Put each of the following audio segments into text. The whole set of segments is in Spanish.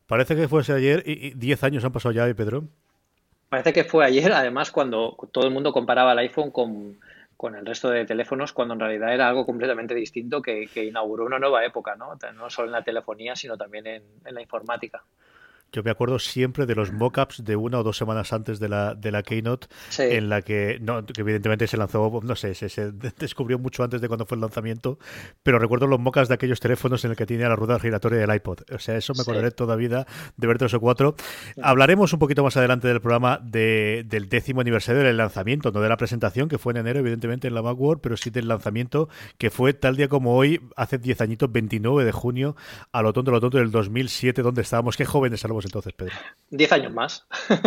Parece que fuese ayer y 10 años han pasado ya, Pedro. Parece que fue ayer, además, cuando todo el mundo comparaba el iPhone con el resto de teléfonos, cuando en realidad era algo completamente distinto que inauguró una nueva época, ¿no? No solo en la telefonía, sino también en la informática. Yo me acuerdo siempre de los mockups de 1 o 2 semanas antes de la Keynote, Sí, en la que, no, que evidentemente se lanzó, no sé, se descubrió mucho antes de cuando fue el lanzamiento, pero recuerdo los mockups de aquellos teléfonos en el que tenía la rueda giratoria del iPod. O sea, eso me sí. acordaré toda la vida de ver 3 o 4. Hablaremos un poquito más adelante del programa del 10º aniversario del lanzamiento, no de la presentación, que fue en enero, evidentemente, en la Macworld, pero sí del lanzamiento, que fue tal día como hoy, hace 10 añitos, 29 de junio, a lo tonto del 2007, donde estábamos. Qué jóvenes éramos entonces, Pedro. 10 años más.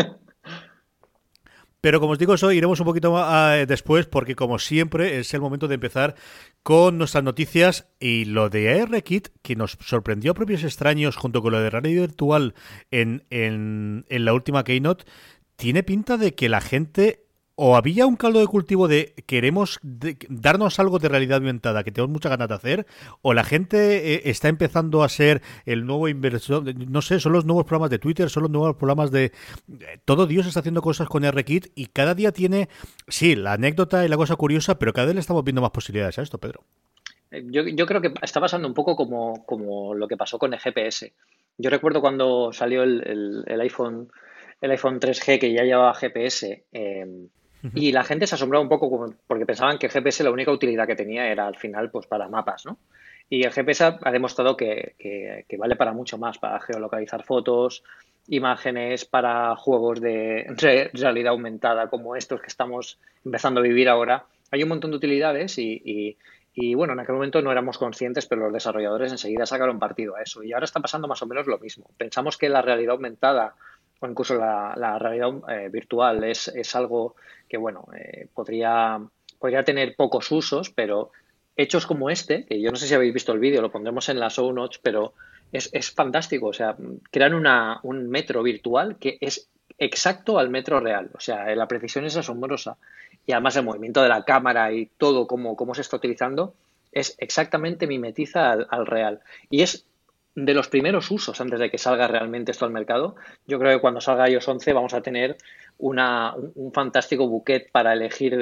Pero como os digo, eso iremos un poquito después, porque como siempre es el momento de empezar con nuestras noticias y lo de ARKit, que nos sorprendió a propios extraños junto con lo de realidad virtual en la última Keynote. Tiene pinta de que la gente o había un caldo de cultivo de queremos darnos algo de realidad aumentada que tenemos mucha ganas de hacer, o la gente está empezando a ser el nuevo inversor, no sé, son los nuevos programas de Twitter, son los nuevos programas de todo Dios está haciendo cosas con RKit y cada día tiene, sí, la anécdota y la cosa curiosa, pero cada vez le estamos viendo más posibilidades a esto, Pedro. Yo creo que está pasando un poco como lo que pasó con el GPS. Yo recuerdo cuando salió el iPhone 3G que ya llevaba GPS, y la gente se asombraba un poco porque pensaban que el GPS la única utilidad que tenía era al final pues para mapas, ¿no? Y el GPS ha demostrado que vale para mucho más, para geolocalizar fotos, imágenes, para juegos de realidad aumentada como estos que estamos empezando a vivir ahora. Hay un montón de utilidades y bueno, en aquel momento no éramos conscientes, pero los desarrolladores enseguida sacaron partido a eso. Y ahora está pasando más o menos lo mismo. Pensamos que la realidad aumentada o incluso la realidad virtual es algo que, bueno, podría tener pocos usos, pero hechos como este, que yo no sé si habéis visto el vídeo, lo pondremos en las show notes, pero es fantástico. O sea, crean un metro virtual que es exacto al metro real. O sea, la precisión es asombrosa y además el movimiento de la cámara y todo cómo se está utilizando es exactamente mimetiza al real. Y es de los primeros usos antes de que salga realmente esto al mercado. Yo creo que cuando salga iOS 11 vamos a tener un fantástico bouquet para elegir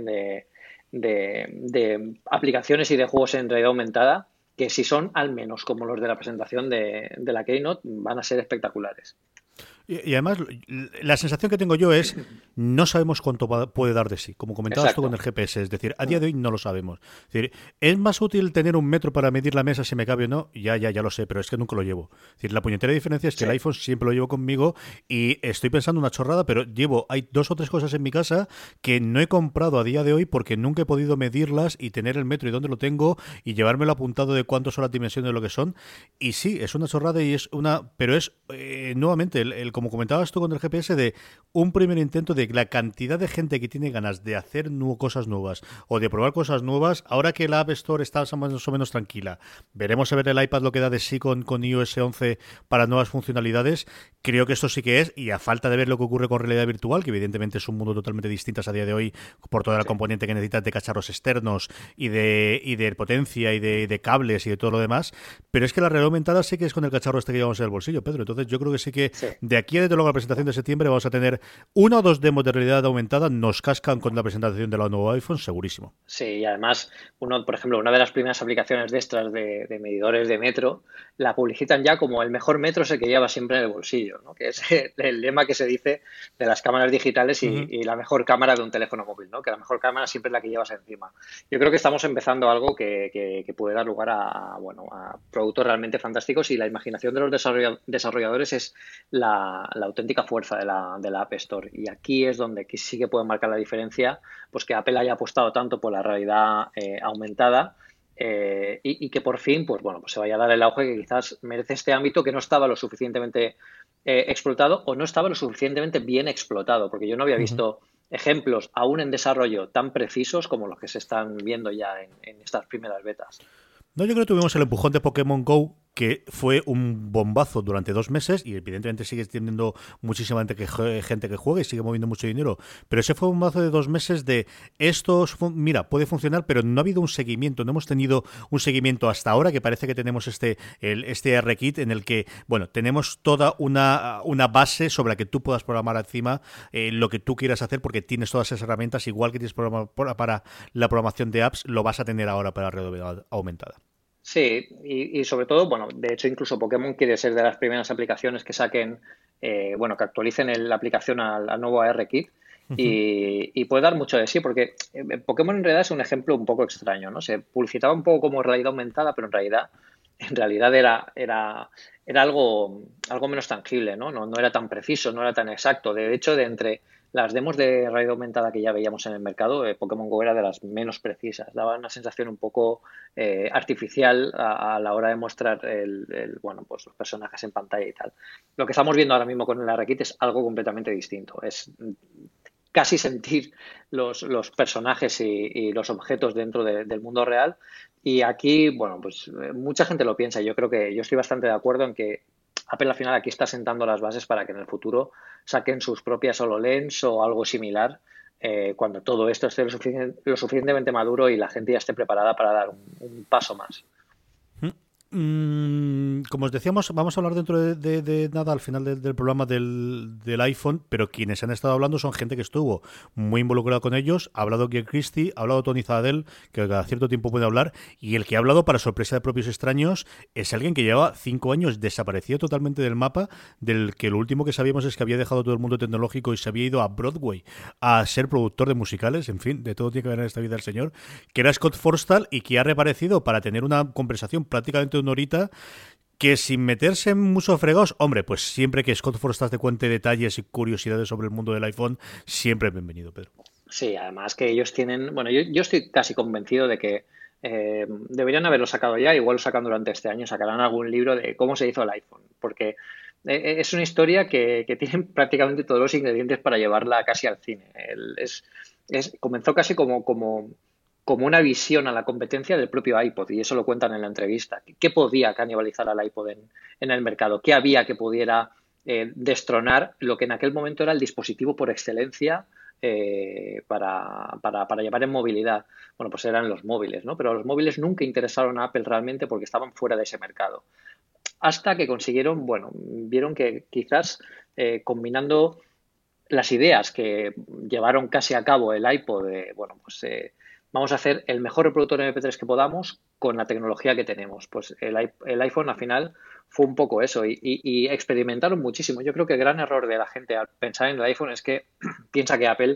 de aplicaciones y de juegos en realidad aumentada que si son al menos como los de la presentación de la Keynote van a ser espectaculares. Y además, la sensación que tengo yo es, no sabemos cuánto puede dar de sí, como comentabas tú con Exacto. el GPS, es decir, a día de hoy no lo sabemos. Es decir, ¿es más útil tener un metro para medir la mesa si me cabe o no? Ya lo sé, pero es que nunca lo llevo. Es decir, la puñetera diferencia es que Sí. el iPhone siempre lo llevo conmigo y estoy pensando una chorrada, pero hay 2 o 3 cosas en mi casa que no he comprado a día de hoy porque nunca he podido medirlas y tener el metro y dónde lo tengo y llevármelo apuntado de cuántas son las dimensiones de lo que son. Y sí, es una chorrada y pero es nuevamente como comentabas tú con el GPS, de un primer intento de la cantidad de gente que tiene ganas de hacer cosas nuevas o de probar cosas nuevas. Ahora que la App Store está más o menos tranquila, veremos a ver el iPad lo que da de sí con iOS 11 para nuevas funcionalidades. Creo que esto sí que es, y a falta de ver lo que ocurre con realidad virtual, que evidentemente es un mundo totalmente distinto a día de hoy por toda la Sí. componente que necesitas de cacharros externos y de potencia y de cables y de todo lo demás, pero es que la realidad aumentada sí que es con el cacharro este que llevamos en el bolsillo, Pedro. Entonces yo creo que sí que Sí. de aquí a desde luego la presentación de septiembre vamos a tener 1 o 2 demos de realidad aumentada, nos cascan con la presentación de la nueva iPhone, segurísimo. Sí, y además, por ejemplo, una de las primeras aplicaciones de estas de medidores de metro, la publicitan ya como el mejor metro es el que lleva siempre en el bolsillo, ¿no? Que es el lema que se dice de las cámaras digitales Uh-huh. y la mejor cámara de un teléfono móvil, ¿no? Que la mejor cámara siempre es la que llevas encima. Yo creo que estamos empezando algo que puede dar lugar bueno, a productos realmente fantásticos y la imaginación de los desarrolladores es la auténtica fuerza de la App Store. Y aquí es donde sí que puede marcar la diferencia pues que Apple haya apostado tanto por la realidad aumentada y que por fin pues bueno, pues se vaya a dar el auge que quizás merece este ámbito que no estaba lo suficientemente explotado o no estaba lo suficientemente bien explotado, porque yo no había Uh-huh. visto ejemplos aún en desarrollo tan precisos como los que se están viendo ya en estas primeras betas. No, yo creo que tuvimos el empujón de Pokémon Go, que fue un bombazo durante 2 meses y evidentemente sigue teniendo muchísima gente que juega y sigue moviendo mucho dinero, pero ese fue un bombazo de 2 meses de mira, puede funcionar, pero no ha habido un seguimiento, no hemos tenido un seguimiento hasta ahora, que parece que tenemos este R-Kit en el que, bueno, tenemos toda una base sobre la que tú puedas programar encima lo que tú quieras hacer, porque tienes todas esas herramientas, igual que tienes para la programación de apps, lo vas a tener ahora para realidad aumentada. Sí, y sobre todo, bueno, de hecho incluso Pokémon quiere ser de las primeras aplicaciones que saquen, bueno, que actualicen la aplicación al nuevo ARKit y puede dar mucho de sí, porque Pokémon en realidad es un ejemplo un poco extraño, ¿no? Se publicitaba un poco como realidad aumentada, pero en realidad era algo menos tangible, ¿no? No era tan preciso, no era tan exacto. De hecho, de entre las demos de realidad aumentada que ya veíamos en el mercado, Pokémon Go era de las menos precisas. Daba una sensación un poco artificial a la hora de mostrar bueno, pues los personajes en pantalla y tal. Lo que estamos viendo ahora mismo con el ARKit es algo completamente distinto. Es casi sentir los personajes y los objetos dentro del mundo real. Y aquí, bueno, pues mucha gente lo piensa. Yo creo que yo estoy bastante de acuerdo en que Apple al final aquí está sentando las bases para que en el futuro saquen sus propias HoloLens o algo similar cuando todo esto esté lo suficientemente maduro y la gente ya esté preparada para dar un paso más. Como os decíamos, vamos a hablar dentro de nada al final del programa del iPhone, pero quienes han estado hablando son gente que estuvo muy involucrada con ellos. Ha hablado Greg Christie, ha hablado Tony Zadell, que cada cierto tiempo puede hablar, y el que ha hablado, para sorpresa de propios extraños, es alguien que lleva 5 años desaparecido totalmente del mapa, del que lo último que sabíamos es que había dejado todo el mundo tecnológico y se había ido a Broadway a ser productor de musicales, en fin, de todo tiene que ver en esta vida el señor, que era Scott Forstall, y que ha reaparecido para tener una conversación prácticamente una horita, que sin meterse en muchos fregados, hombre, pues siempre que Scott Forstall te cuente detalles y curiosidades sobre el mundo del iPhone, siempre es bienvenido, Pedro. Sí, además que ellos tienen, bueno, yo estoy casi convencido de que deberían haberlo sacado ya, igual lo sacan durante este año, sacarán algún libro de cómo se hizo el iPhone, porque es una historia que tiene prácticamente todos los ingredientes para llevarla casi al cine. Comenzó casi como una visión a la competencia del propio iPod, y eso lo cuentan en la entrevista. ¿Qué podía canibalizar al iPod en el mercado? ¿Qué había que pudiera destronar lo que en aquel momento era el dispositivo por excelencia para llevar en movilidad? Bueno, pues eran los móviles, ¿no? Pero los móviles nunca interesaron a Apple realmente porque estaban fuera de ese mercado. Hasta que consiguieron, bueno, vieron que quizás combinando las ideas que llevaron casi a cabo el iPod, bueno, pues vamos a hacer el mejor reproductor MP3 que podamos con la tecnología que tenemos. Pues el iPhone al final fue un poco eso y experimentaron muchísimo. Yo creo que el gran error de la gente al pensar en el iPhone es que piensa que Apple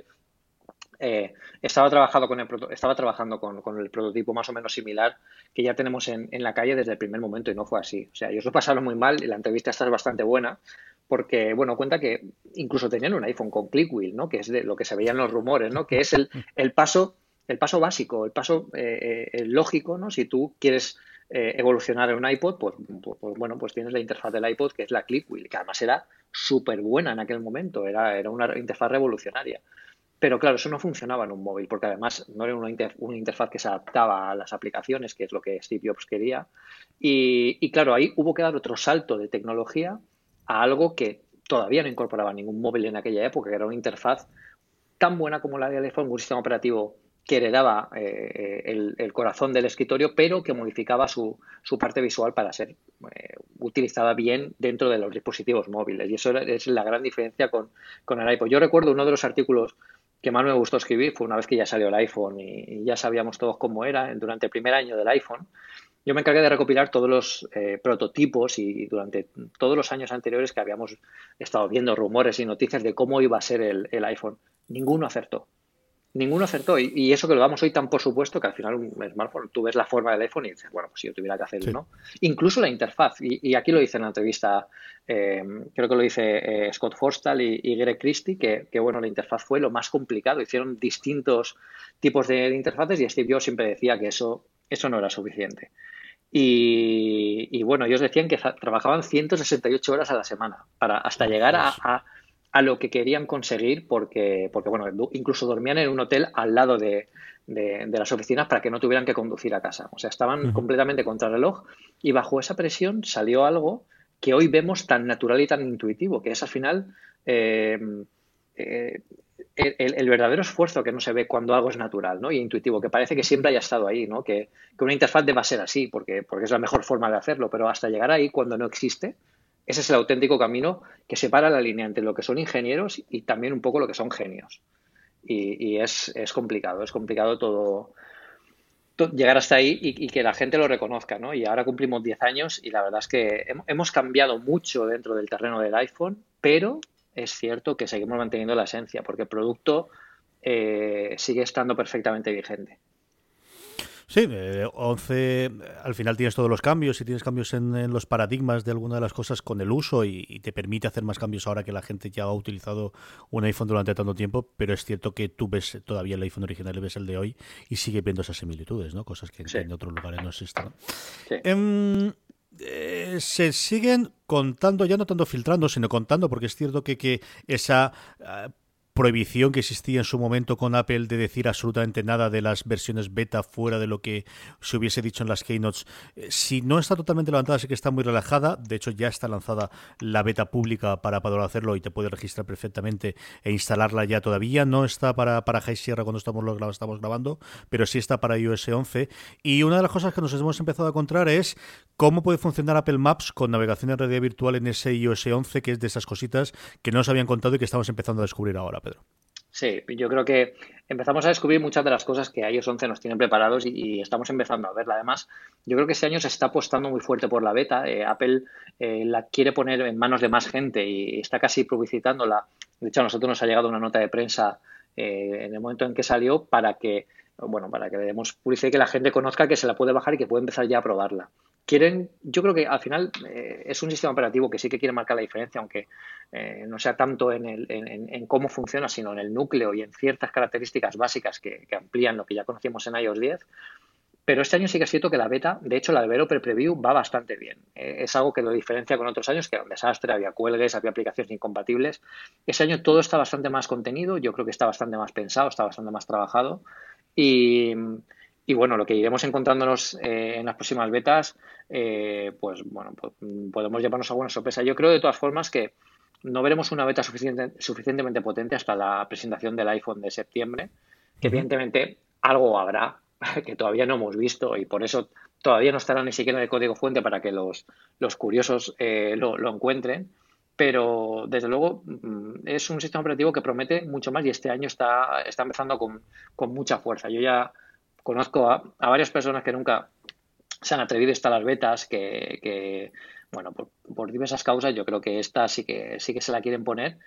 estaba trabajando con el prototipo más o menos similar que ya tenemos en la calle desde el primer momento, y no fue así. O sea, ellos lo pasaron muy mal, y la entrevista esta es bastante buena porque, bueno, cuenta que incluso tenían un iPhone con ClickWheel, ¿no? Que es de lo que se veían los rumores, ¿no? Que es el paso básico, el paso lógico, ¿no? Si tú quieres evolucionar en un iPod, pues bueno, pues tienes la interfaz del iPod, que es la ClickWheel, que además era súper buena en aquel momento, era una interfaz revolucionaria. Pero claro, eso no funcionaba en un móvil, porque además no era una interfaz que se adaptaba a las aplicaciones, que es lo que Steve Jobs quería. Y claro, ahí hubo que dar otro salto de tecnología a algo que todavía no incorporaba ningún móvil en aquella época, que era una interfaz tan buena como la del iPhone, un sistema operativo que heredaba el corazón del escritorio, pero que modificaba su parte visual para ser utilizada bien dentro de los dispositivos móviles. Y eso es la gran diferencia con el iPod. Yo recuerdo uno de los artículos que más me gustó escribir, fue una vez que ya salió el iPhone y ya sabíamos todos cómo era durante el primer año del iPhone. Yo me encargué de recopilar todos los prototipos y durante todos los años anteriores que habíamos estado viendo rumores y noticias de cómo iba a ser el iPhone. Ninguno acertó. Ninguno acertó. Y eso que lo damos hoy tan por supuesto, que al final un smartphone, tú ves la forma del iPhone y dices, bueno, pues si yo tuviera que hacer Sí. uno. Incluso la interfaz. Y aquí lo dice en la entrevista, creo que lo dice Scott Forstall y Greg Christie, que bueno, la interfaz fue lo más complicado. Hicieron distintos tipos de interfaces y Steve Jobs siempre decía que eso no era suficiente. Y bueno, ellos decían que trabajaban 168 horas a la semana hasta llegar Ostras. a lo que querían conseguir porque bueno, incluso dormían en un hotel al lado de las oficinas para que no tuvieran que conducir a casa. O sea, estaban Ujú. completamente contra el reloj y bajo esa presión salió algo que hoy vemos tan natural y tan intuitivo, que es al final eh, eh, el verdadero esfuerzo que no se ve cuando algo es natural, ¿no? Y intuitivo, que parece que siempre haya estado ahí, ¿no? Que una interfaz deba ser así, porque es la mejor forma de hacerlo, pero hasta llegar ahí, cuando no existe, ese es el auténtico camino que separa la línea entre lo que son ingenieros y también un poco lo que son genios. Y es complicado llegar hasta ahí y que la gente lo reconozca, ¿no? Y ahora cumplimos 10 años y la verdad es que hemos cambiado mucho dentro del terreno del iPhone, pero es cierto que seguimos manteniendo la esencia, porque el producto sigue estando perfectamente vigente. Sí, 11, al final tienes todos los cambios y tienes cambios en los paradigmas de alguna de las cosas con el uso y te permite hacer más cambios ahora que la gente ya ha utilizado un iPhone durante tanto tiempo, pero es cierto que tú ves todavía el iPhone original y ves el de hoy y sigue viendo esas similitudes, ¿no? Cosas que Sí, en otros lugares no existen. sí. Em, Se siguen contando, ya no tanto filtrando, sino contando, porque es cierto que esa prohibición que existía en su momento con Apple de decir absolutamente nada de las versiones beta fuera de lo que se hubiese dicho en las keynotes, si no está totalmente levantada, sí que está muy relajada. De hecho, ya está lanzada la beta pública para poder hacerlo y te puedes registrar perfectamente e instalarla ya. Todavía no está para High Sierra cuando estamos grabando, pero sí está para iOS 11. Y una de las cosas que nos hemos empezado a encontrar es cómo puede funcionar Apple Maps con navegación en realidad virtual en ese iOS 11, que es de esas cositas que no nos habían contado y que estamos empezando a descubrir ahora, Pedro. Sí, yo creo que empezamos a descubrir muchas de las cosas que iOS 11 nos tienen preparados y estamos empezando a verla. Además, yo creo que este año se está apostando muy fuerte por la beta. Apple la quiere poner en manos de más gente y está casi publicitándola. De hecho, a nosotros nos ha llegado una nota de prensa en el momento en que salió para que le demos publicidad y que la gente conozca que se la puede bajar y que puede empezar ya a probarla. Yo creo que al final es un sistema operativo que sí que quiere marcar la diferencia, aunque no sea tanto en cómo funciona, sino en el núcleo y en ciertas características básicas que amplían lo que ya conocíamos en iOS 10. Pero este año sí que es cierto que la beta, de hecho la Developer Preview va bastante bien. Es algo que lo diferencia con otros años, que era un desastre, había cuelgues, había aplicaciones incompatibles. Este año todo está bastante más contenido, yo creo que está bastante más pensado, está bastante más trabajado. Y, y bueno, lo que iremos encontrándonos en las próximas betas, pues bueno, pues, podemos llevarnos alguna sorpresa. Yo creo de todas formas que no veremos una beta suficientemente potente hasta la presentación del iPhone de septiembre, que Ujú. evidentemente algo habrá que todavía no hemos visto y por eso todavía no estará ni siquiera en el código fuente para que los curiosos lo encuentren. Pero desde luego es un sistema operativo que promete mucho más y este año está empezando con mucha fuerza. Yo ya conozco a varias personas que nunca se han atrevido a instalar betas, bueno, por diversas causas, yo creo que esta sí que se la quieren poner.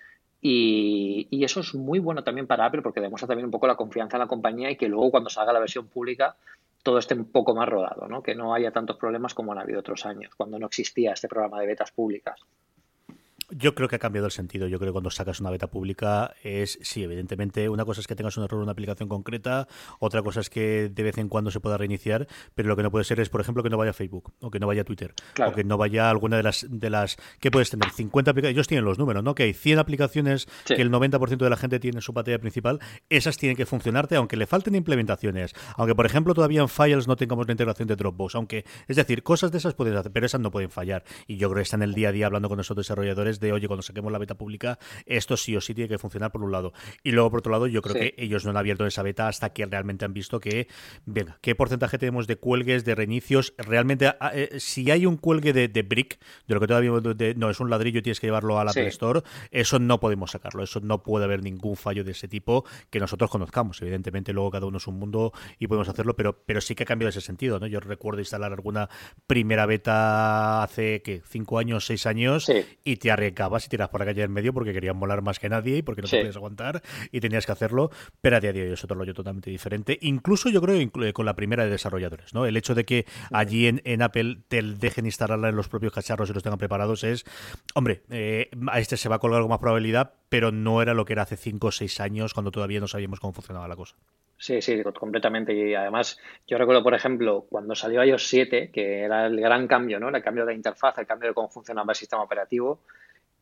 Y eso es muy bueno también para Apple porque demuestra también un poco la confianza en la compañía y que luego cuando salga la versión pública todo esté un poco más rodado, ¿no? Que no haya tantos problemas como han habido otros años, cuando no existía este programa de betas públicas. Yo creo que ha cambiado el sentido. Yo creo que cuando sacas una beta pública es, sí, evidentemente, una cosa es que tengas un error en una aplicación concreta, otra cosa es que de vez en cuando se pueda reiniciar, pero lo que no puede ser es, por ejemplo, que no vaya Facebook, o que no vaya Twitter, o Claro, que no vaya alguna de las ¿qué puedes tener? 50 aplicaciones, ellos tienen los números, ¿no? Que hay 100 aplicaciones sí, que el 90% de la gente tiene en su pantalla principal, esas tienen que funcionarte, aunque le falten implementaciones, aunque, por ejemplo, todavía en Files no tengamos la integración de Dropbox, aunque, es decir, cosas de esas puedes hacer, pero esas no pueden fallar. Y yo creo que está en el día a día hablando con nuestros desarrolladores de, oye, cuando saquemos la beta pública, esto sí o sí tiene que funcionar por un lado. Y luego, por otro lado, yo creo sí, que ellos no han abierto esa beta hasta que realmente han visto que, venga, qué porcentaje tenemos de cuelgues, de reinicios. Realmente, si hay un cuelgue de brick, de lo que todavía no es un ladrillo y tienes que llevarlo al Apple sí. Store, eso no podemos sacarlo. Eso no puede haber ningún fallo de ese tipo que nosotros conozcamos. Evidentemente, luego cada uno es un mundo y podemos hacerlo, pero sí que ha cambiado ese sentido, ¿no? Yo recuerdo instalar alguna primera beta hace, ¿qué? 5 años, 6 años Sí, y te arriesgabas y tiras por la calle en medio porque querían molar más que nadie y porque no te sí, podías aguantar y tenías que hacerlo, pero a día de hoy es otro rollo totalmente diferente. Incluso yo creo con la primera de desarrolladores, ¿no? El hecho de que allí en Apple te dejen instalarla en los propios cacharros y los tengan preparados es, hombre, a este se va a colgar con más probabilidad, pero no era lo que era hace 5 o 6 años cuando todavía no sabíamos cómo funcionaba la cosa. sí, sí, completamente. Y además, yo recuerdo, por ejemplo, cuando salió iOS 7, que era el gran cambio, ¿no? El cambio de interfaz, el cambio de cómo funcionaba el sistema operativo.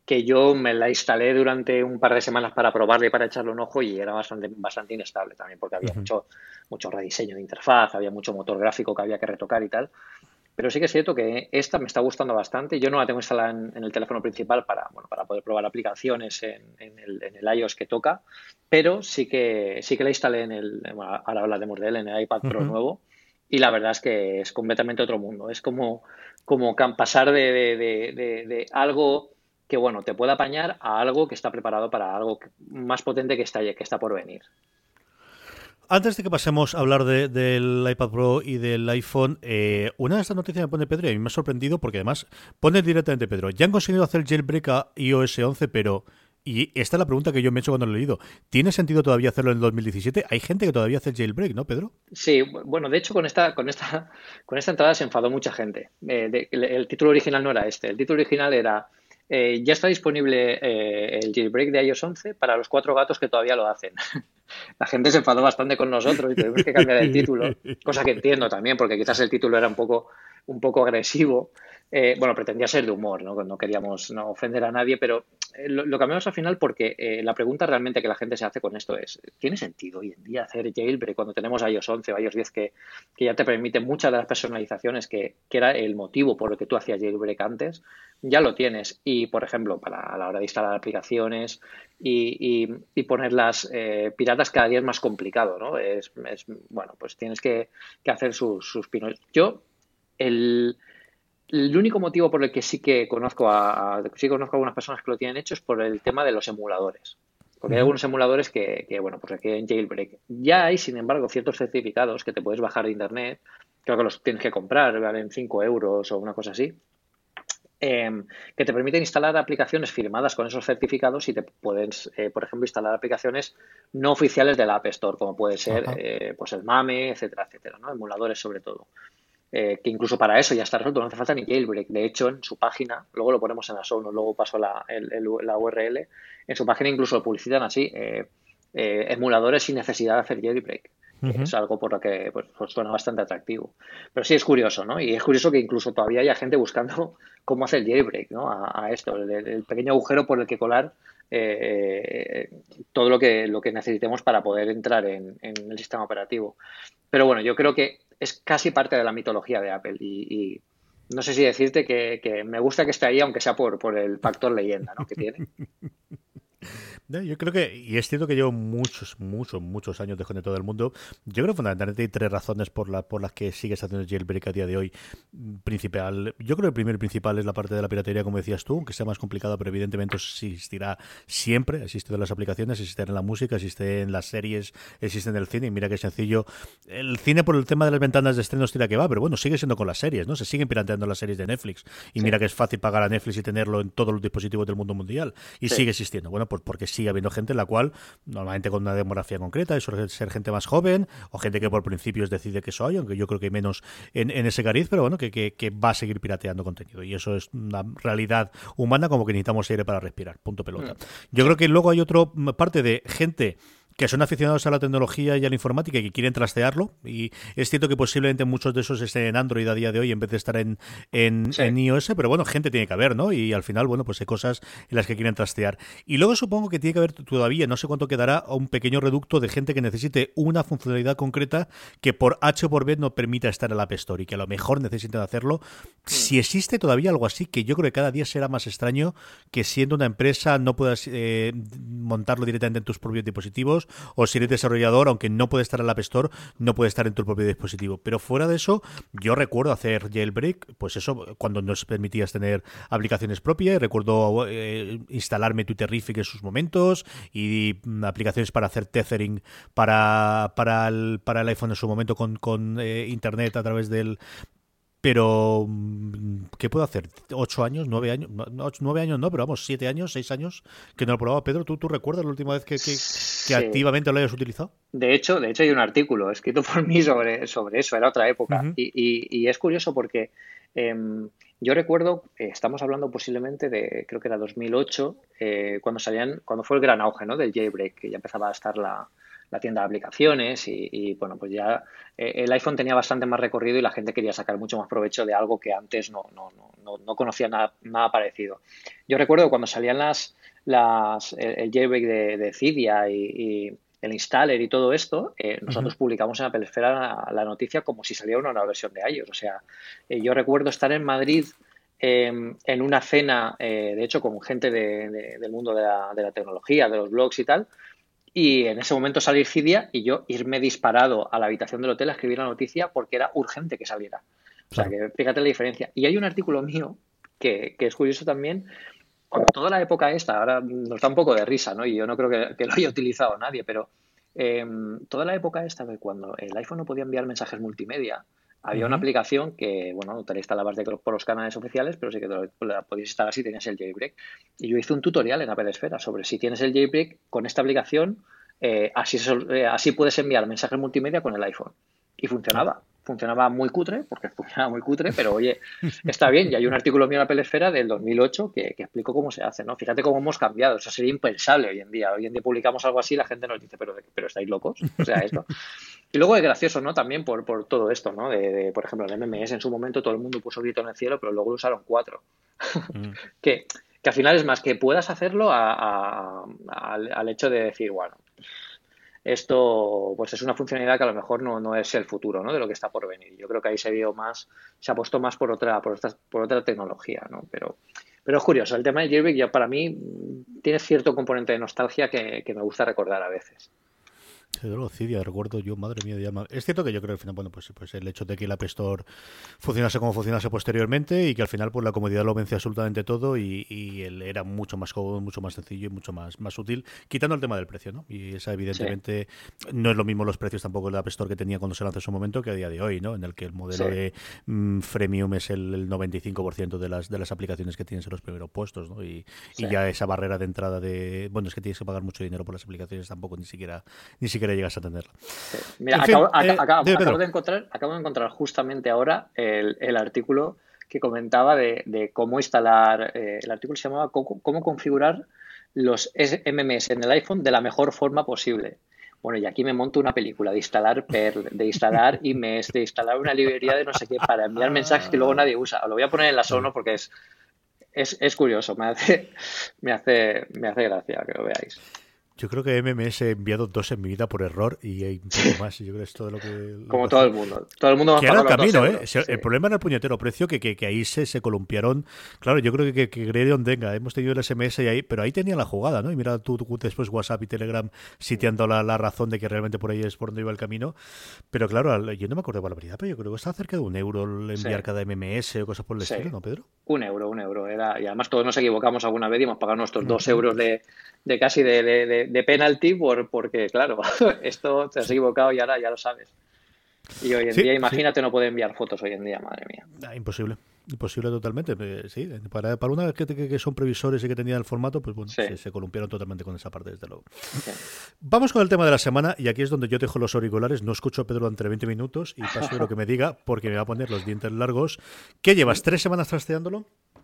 que yo me la instalé durante un par de semanas para probarla y para echarle un ojo y era bastante inestable también porque había Ujú. mucho rediseño de interfaz, había mucho motor gráfico que había que retocar y tal. Pero sí que es cierto que esta me está gustando bastante. Yo no la tengo instalada en el teléfono principal para poder probar aplicaciones en el iOS que toca, pero sí que la instalé bueno, ahora hablaremos de él, en el iPad Pro Ujú. nuevo. Y la verdad es que es completamente otro mundo. Es como pasar de algo que, bueno, te puede apañar a algo que está preparado para algo más potente que está por venir. Antes de que pasemos a hablar del iPad Pro y del iPhone, una de estas noticias me pone Pedro y a mí me ha sorprendido porque además pone directamente Pedro, ya han conseguido hacer jailbreak a iOS 11, pero... Y esta es la pregunta que yo me he hecho cuando lo he leído. ¿Tiene sentido todavía hacerlo en el 2017? Hay gente que todavía hace jailbreak, ¿no, Pedro? Sí, bueno, de hecho con esta entrada se enfadó mucha gente. El título original no era este. El título original era ya está disponible el jailbreak de iOS 11 para los 4 gatos que todavía lo hacen. La gente se enfadó bastante con nosotros y tuvimos que cambiar el título, cosa que entiendo también, porque quizás el título era un poco agresivo. Bueno, pretendía ser de humor, ¿no? No queríamos no ofender a nadie, pero lo cambiamos al final porque la pregunta realmente que la gente se hace con esto es, ¿tiene sentido hoy en día hacer jailbreak cuando tenemos iOS 11 o iOS 10 que ya te permite muchas de las personalizaciones que era el motivo por el que tú hacías jailbreak antes? Ya lo tienes. Y, por ejemplo, a la hora de instalar aplicaciones y ponerlas piratas cada día es más complicado, ¿no? Bueno, pues tienes que hacer sus pinos. Yo, el, el único motivo por el que sí conozco a algunas personas que lo tienen hecho es por el tema de los emuladores. Porque hay Ujú. algunos emuladores que bueno, pues requieren jailbreak. Ya hay, sin embargo, ciertos certificados que te puedes bajar de internet. Creo que los tienes que comprar, valen 5 euros o una cosa así, que te permiten instalar aplicaciones firmadas con esos certificados y te puedes, por ejemplo, instalar aplicaciones no oficiales de la App Store, como puede ser Ajá. pues el MAME, etcétera, etcétera, ¿no? Emuladores sobre todo. Que incluso para eso ya está resuelto, no hace falta ni jailbreak. De hecho, en su página, luego lo ponemos en la show, luego paso la URL, en su página incluso lo publicitan así, emuladores sin necesidad de hacer jailbreak, que Ujú. es algo por lo que pues suena bastante atractivo. Pero sí es curioso, ¿no? Y es curioso que incluso todavía haya gente buscando cómo hacer jailbreak, ¿no? A esto, el pequeño agujero por el que colar todo lo que necesitemos para poder entrar en el sistema operativo. Pero bueno, yo creo que es casi parte de la mitología de Apple y no sé si decirte que me gusta que esté ahí, aunque sea por el factor leyenda, ¿no? que tiene. Yo creo que, y es cierto que llevo muchos años desconectado del mundo. Yo creo que fundamentalmente hay tres razones por las que sigues haciendo jailbreak a día de hoy. Yo creo que el primer principal es la parte de la piratería, como decías tú, aunque sea más complicada, pero evidentemente eso existirá siempre. Existe en las aplicaciones, existe en la música, existe en las series, existe en el cine. Y mira qué sencillo. El cine por el tema de las ventanas de estrenos tira que va, pero bueno, sigue siendo con las series, ¿no? Se siguen pirateando las series de Netflix. Y Sí, mira que es fácil pagar a Netflix y tenerlo en todos los dispositivos del mundo mundial. Y sí. sigue existiendo. Bueno, pues porque sigue habiendo gente en la cual, normalmente con una demografía concreta, y suele ser gente más joven, o gente que por principios decide que soy, aunque yo creo que hay menos en ese cariz, pero bueno, que va a seguir pirateando contenido. Y eso es una realidad humana como que necesitamos aire para respirar. Punto pelota. Mm, Yo sí. creo que luego hay otra parte de gente que son aficionados a la tecnología y a la informática y que quieren trastearlo. Y es cierto que posiblemente muchos de esos estén en Android a día de hoy en vez de estar Sí. en iOS, pero bueno, gente tiene que haber, ¿no? Y al final, bueno, pues hay cosas en las que quieren trastear. Y luego supongo que tiene que haber todavía, no sé cuánto quedará, un pequeño reducto de gente que necesite una funcionalidad concreta que por H o por B no permita estar en la App Store y que a lo mejor necesiten hacerlo. Mm, Si existe todavía algo así, que yo creo que cada día será más extraño que siendo una empresa no puedas montarlo directamente en tus propios dispositivos, o si eres desarrollador, aunque no puede estar en la App Store, no puede estar en tu propio dispositivo. Pero fuera de eso, yo recuerdo hacer jailbreak, pues eso, cuando nos permitías tener aplicaciones propias, recuerdo instalarme Twitterific en sus momentos y aplicaciones para hacer tethering para el iPhone en su momento con internet a través del, pero, ¿qué puedo hacer? ¿8 años? ¿9 años? No, 9 años no, pero vamos, 7 años, 6 años que no lo probaba. Pedro, ¿tú recuerdas la última vez que Sí. activamente lo hayas utilizado? De hecho hay un artículo escrito por mí sobre eso, era otra época. Ujú. Y es curioso porque yo recuerdo, estamos hablando posiblemente de, creo que era 2008, cuando fue el gran auge, ¿no? Del jailbreak, que ya empezaba a estar la tienda de aplicaciones bueno, pues ya el iPhone tenía bastante más recorrido y la gente quería sacar mucho más provecho de algo que antes no conocía nada parecido. Yo recuerdo cuando salían el jailbreak de Cydia y el installer y todo esto, nosotros publicamos en Apple Esfera la noticia como si saliera una nueva versión de iOS. O sea, yo recuerdo estar en Madrid en una cena, de hecho, con gente del mundo de la tecnología, de los blogs y tal, y en ese momento salir Cydia y yo irme disparado a la habitación del hotel a escribir la noticia porque era urgente que saliera. O sea, Claro. que fíjate la diferencia. Y hay un artículo mío que es curioso también, con toda la época esta, ahora nos da un poco de risa, ¿no? Y yo no creo que lo haya utilizado nadie, pero toda la época esta de cuando el iPhone no podía enviar mensajes multimedia, había una Ujú. aplicación que, bueno, no te la instalabas por los canales oficiales, pero sí que la podías instalar si tenías el jailbreak. Y yo hice un tutorial en Apple Esfera sobre si tienes el jailbreak con esta aplicación, así puedes enviar mensajes multimedia con el iPhone. Y Ah. funcionaba. Funcionaba muy cutre, porque funcionaba muy cutre, pero oye, está bien. Y hay un artículo mío en la Pelesfera del 2008 que explico cómo se hace, ¿no? Fíjate cómo hemos cambiado. Eso sería impensable hoy en día. Hoy en día publicamos algo así y la gente nos dice, pero ¿estáis locos? O sea, esto. Y luego es gracioso, ¿no? También por todo esto, ¿no? Por ejemplo, el MMS en su momento todo el mundo puso grito en el cielo, pero luego lo usaron cuatro. Mm. Que al final es más que puedas hacerlo al hecho de decir, bueno, esto pues es una funcionalidad que a lo mejor no es el futuro, ¿no? De lo que está por venir. Yo creo que ahí se apostó más por otra tecnología, ¿no? Pero es curioso, el tema del jailbreak ya para mí tiene cierto componente de nostalgia que me gusta recordar a veces. Desde luego, Cydia, recuerdo yo, madre mía, es cierto que yo creo que al final, bueno, pues el hecho de que el App Store funcionase como funcionase posteriormente y que al final pues la comodidad lo vence absolutamente todo y él era mucho más cómodo, mucho más sencillo y mucho más útil, quitando el tema del precio, ¿no? Y esa Sí, evidentemente no es lo mismo los precios tampoco del App Store que tenía cuando se lanzó en su momento que a día de hoy, ¿no? En el que el sí, modelo de freemium es el 95% de las aplicaciones que tienes en los primeros puestos, ¿no? Y sí. ya esa barrera de entrada de, bueno, es que tienes que pagar mucho dinero por las aplicaciones, tampoco ni siquiera llegas a tenerla. Sí. Mira, En fin, dime, acabo Pedro. de encontrar justamente ahora el artículo que comentaba de cómo instalar, el artículo se llamaba cómo configurar los MMS en el iPhone de la mejor forma posible. Bueno, y aquí me monto una película de instalar Perl, de instalar IMES, de instalar una librería de no sé qué para enviar mensajes que luego nadie usa. Lo voy a poner en la sono porque es curioso, me hace gracia que lo veáis. Yo creo que MMS he enviado dos en mi vida por error y hay un poco más. Y yo creo que es todo lo que Como todo hace. el mundo. Todo el mundo nos Que era pagó el los dos camino, ¿eh? euros. Sí. El problema era el puñetero precio que ahí se columpiaron. Claro, yo creo que Gredon tenga. Hemos tenido el SMS y ahí, pero ahí tenía la jugada, ¿no? Y mira tú después WhatsApp y Telegram sitiando la razón de que realmente por ahí es por donde iba el camino. Pero claro, yo no me acuerdo de barbaridad, pero yo creo que está cerca de €1 el Sí, enviar cada MMS o cosas por el sí. estilo, ¿no, Pedro? 1 euro. Y además todos nos equivocamos alguna vez y hemos pagado nuestros dos Ujú. euros de casi de penalty porque, claro, esto te has Sí. equivocado y ahora ya lo sabes. Y hoy en Sí, día, sí. imagínate, no puede enviar fotos hoy en día, madre mía. Imposible. Imposible totalmente. Sí, para una vez que son previsores y que tenían el formato, pues bueno, Sí, se columpiaron totalmente con esa parte, desde luego. sí. Vamos con el tema de la semana y aquí es donde yo dejo los auriculares, no escucho a Pedro entre 20 minutos y paso de lo que me diga porque me va a poner los dientes largos. ¿Qué llevas? ¿3 semanas trasteándolo?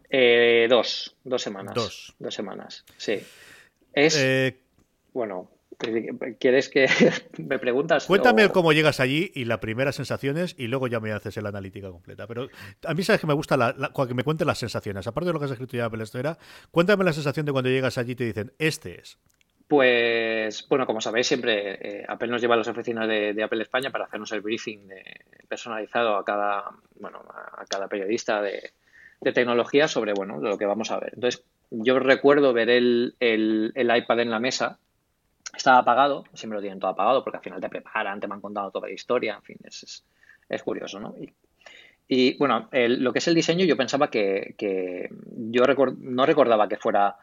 2 semanas. Dos. 2 semanas, sí. Es, Eh, bueno, ¿quieres que me preguntas? Cuéntame cómo llegas allí y las primeras sensaciones y luego ya me haces la analítica completa. Pero a mí sabes que me gusta que me cuentes las sensaciones. Aparte de lo que has escrito ya en Apple Store, cuéntame la sensación de cuando llegas allí y te dicen, este es. Pues, bueno, como sabéis, siempre Apple nos lleva a las oficinas de Apple España para hacernos el briefing personalizado a cada periodista de tecnología sobre, bueno, de lo que vamos a ver. Entonces, yo recuerdo ver el iPad en la mesa, estaba apagado, siempre lo tienen todo apagado porque al final te preparan, te van contando toda la historia, en fin, es curioso, ¿no? Bueno, lo que es el diseño, yo pensaba que yo no recordaba que fuera.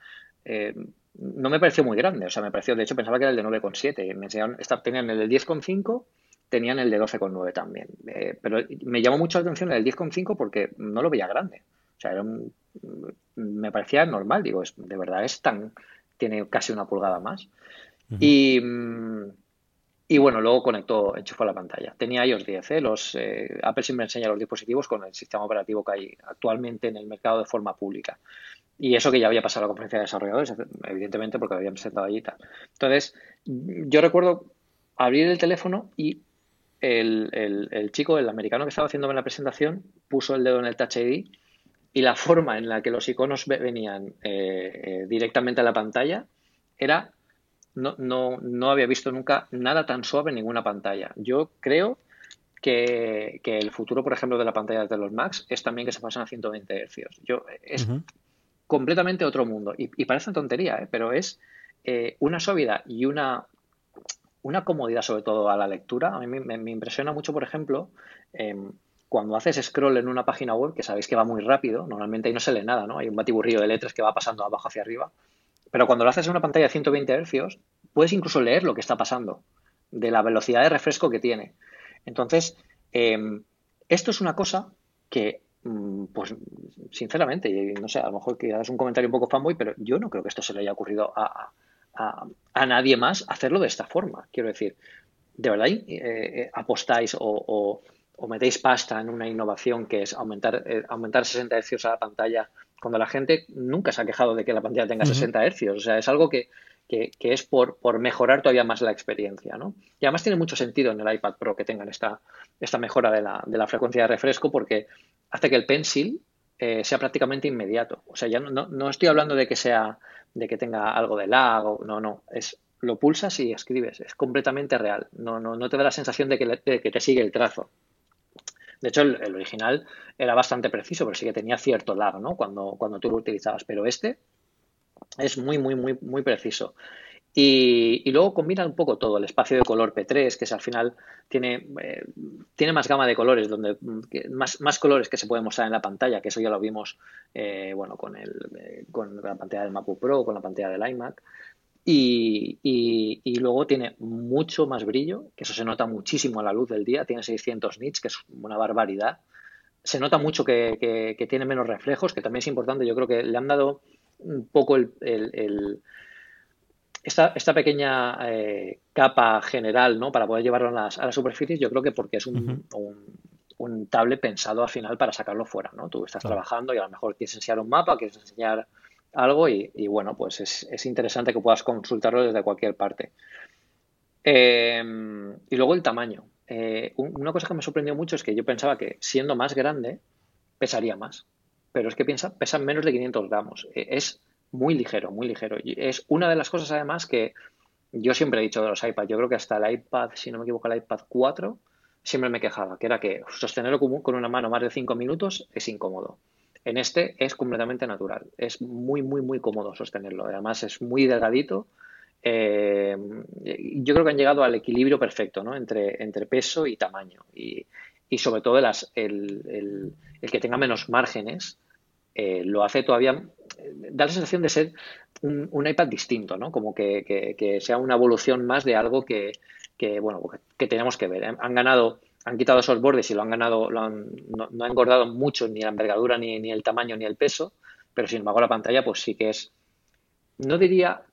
No me pareció muy grande, o sea, me pareció, de hecho, pensaba que era el de 9,7. Me enseñaron, tenían el de 10,5, tenían el de 12,9 también. Pero me llamó mucho la atención el del 10,5 porque no lo veía grande. O sea, me parecía normal, digo, de verdad tiene casi una pulgada más. Ujú. Y, y bueno, luego enchufó la pantalla. Tenía iOS 10, ¿eh? Apple siempre enseña los dispositivos con el sistema operativo que hay actualmente en el mercado de forma pública. Y eso que ya había pasado la conferencia de desarrolladores, evidentemente, porque lo habían presentado allí y tal. Entonces, yo recuerdo abrir el teléfono y el chico, el americano que estaba haciéndome la presentación, puso el dedo en el Touch ID y la forma en la que los iconos venían directamente a la pantalla era, no había visto nunca nada tan suave en ninguna pantalla. Yo creo que el futuro, por ejemplo, de la pantalla de los Macs es también que se pasan a 120 Hz. Es Ujú. completamente otro mundo. Y parece tontería, ¿eh? Pero es una suavidad y una comodidad, sobre todo a la lectura. A mí me impresiona mucho, por ejemplo, cuando haces scroll en una página web, que sabéis que va muy rápido, normalmente ahí no se lee nada, ¿no? Hay un batiburrillo de letras que va pasando de abajo hacia arriba. Pero cuando lo haces en una pantalla de 120 Hz, puedes incluso leer lo que está pasando, de la velocidad de refresco que tiene. Entonces, esto es una cosa que, pues, sinceramente, y no sé, a lo mejor que es un comentario un poco fanboy, pero yo no creo que esto se le haya ocurrido a nadie más hacerlo de esta forma. Quiero decir, ¿de verdad apostáis o metéis pasta en una innovación que es aumentar 60 hercios a la pantalla cuando la gente nunca se ha quejado de que la pantalla tenga Ujú. 60 hercios? O sea, es algo que es por mejorar todavía más la experiencia, ¿no? Y además tiene mucho sentido en el iPad Pro que tengan esta mejora de la frecuencia de refresco porque hace que el Pencil sea prácticamente inmediato. O sea, ya no estoy hablando de que tenga algo de lag, no, lo pulsas y escribes, es completamente real, no te da la sensación de que te sigue el trazo. De hecho, el original era bastante preciso, pero sí que tenía cierto lag, ¿no? Cuando tú lo utilizabas, pero este es muy, muy, muy, muy preciso. Y luego combina un poco todo, el espacio de color P3, que es al final tiene más gama de colores, más colores que se pueden mostrar en la pantalla, que eso ya lo vimos bueno, con la pantalla del MacBook Pro, con la pantalla del iMac. Y luego tiene mucho más brillo, que eso se nota muchísimo a la luz del día, tiene 600 nits, que es una barbaridad. Se nota mucho que tiene menos reflejos, que también es importante. Yo creo que le han dado un poco esta pequeña capa general, ¿no? Para poder llevarlo a las superficies, yo creo que porque es Ujú. un tablet pensado al final para sacarlo fuera, ¿no? Tú estás Claro. trabajando y a lo mejor quieres enseñar un mapa, quieres enseñar algo y bueno, pues es interesante que puedas consultarlo desde cualquier parte. Y luego el tamaño. Una cosa que me sorprendió mucho es que yo pensaba que siendo más grande pesaría más, pero es que pesan menos de 500 gramos. Es muy ligero, muy ligero. Y es una de las cosas además que yo siempre he dicho de los iPads. Yo creo que hasta el iPad, si no me equivoco, el iPad 4, siempre me quejaba, que era que sostenerlo con una mano más de 5 minutos es incómodo. En este es completamente natural. Es muy, muy, muy cómodo sostenerlo. Además es muy delgadito. Eh, yo creo que han llegado al equilibrio perfecto, ¿no? Entre peso y tamaño. Y sobre todo el que tenga menos márgenes lo hace todavía, da la sensación de ser un iPad distinto, ¿no? Como que sea una evolución más de algo bueno, que tenemos que ver. Han quitado esos bordes y lo han ganado, no ha engordado mucho ni la envergadura, ni el tamaño, ni el peso, pero sin embargo la pantalla pues sí que no diría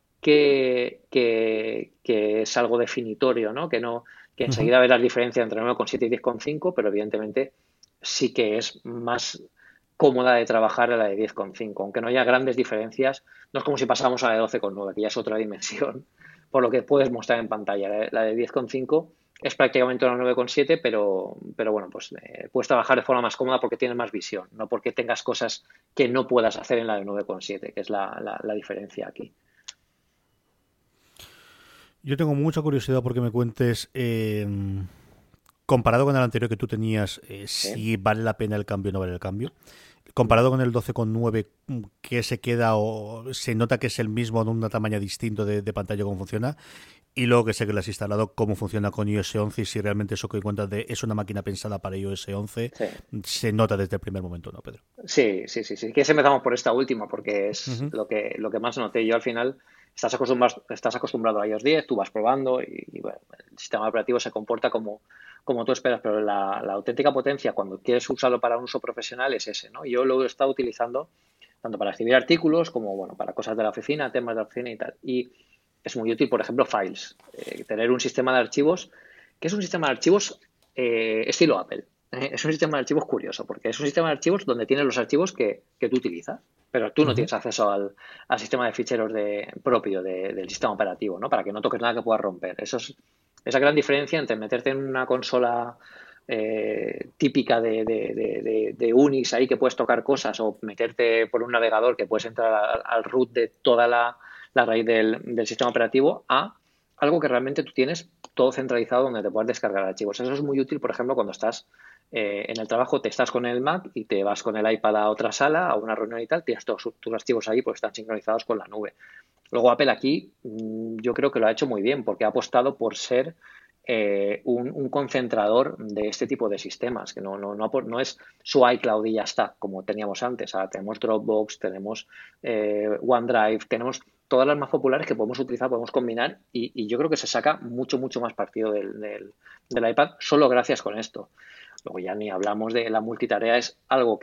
que es algo definitorio, ¿no? Que Ujú. enseguida verás diferencia entre 9,7 y 10,5, pero evidentemente sí que es más cómoda de trabajar la de 10,5, aunque no haya grandes diferencias. No es como si pasáramos a la de 12,9, que ya es otra dimensión, por lo que puedes mostrar en pantalla. La de 10,5 es prácticamente una 9,7, pero bueno, pues puedes trabajar de forma más cómoda porque tienes más visión, no porque tengas cosas que no puedas hacer en la de 9,7, que es la diferencia aquí. Yo tengo mucha curiosidad porque me cuentes, comparado con el anterior que tú tenías, ¿Sí? si vale la pena el cambio o no vale el cambio. Comparado con el 12,9, que se queda o se nota que es el mismo en un tamaño distinto de pantalla, cómo funciona. Y luego que sé que lo has instalado, cómo funciona con iOS 11 y si realmente eso que cuentas de es una máquina pensada para iOS 11, Sí. se nota desde el primer momento, ¿no, Pedro? Sí, sí, sí, sí. Que empezamos por esta última, porque es Ujú. lo que más noté. Yo al final estás acostumbrado a iOS 10, tú vas probando y, bueno, el sistema operativo se comporta como tú esperas, pero la auténtica potencia cuando quieres usarlo para un uso profesional es ese, ¿no? Yo lo he estado utilizando tanto para escribir artículos como, bueno, para cosas de la oficina, temas de la oficina y tal. Y es muy útil, por ejemplo, Files. Tener un sistema de archivos, que es un sistema de archivos estilo Apple. Es un sistema de archivos curioso, porque es un sistema de archivos donde tienes los archivos que tú utilizas, pero tú no Ujú. tienes acceso al sistema de ficheros propio del sistema operativo, ¿no? Para que no toques nada que pueda romper. Eso esa gran diferencia entre meterte en una consola típica de Unix ahí que puedes tocar cosas o meterte por un navegador que puedes entrar al root de toda la raíz del sistema operativo a algo que realmente tú tienes todo centralizado donde te puedes descargar archivos. Eso es muy útil, por ejemplo, cuando estás en el trabajo, te estás con el Mac y te vas con el iPad a otra sala, a una reunión y tal, tienes todos tus archivos ahí porque están sincronizados con la nube. Luego Apple aquí yo creo que lo ha hecho muy bien porque ha apostado por ser un concentrador de este tipo de sistemas, que no es su iCloud y ya está, como teníamos antes. Ahora tenemos Dropbox, tenemos OneDrive, tenemos todas las más populares que podemos utilizar, podemos combinar y yo creo que se saca mucho, mucho más partido del iPad solo gracias con esto. Luego ya ni hablamos de la multitarea, es algo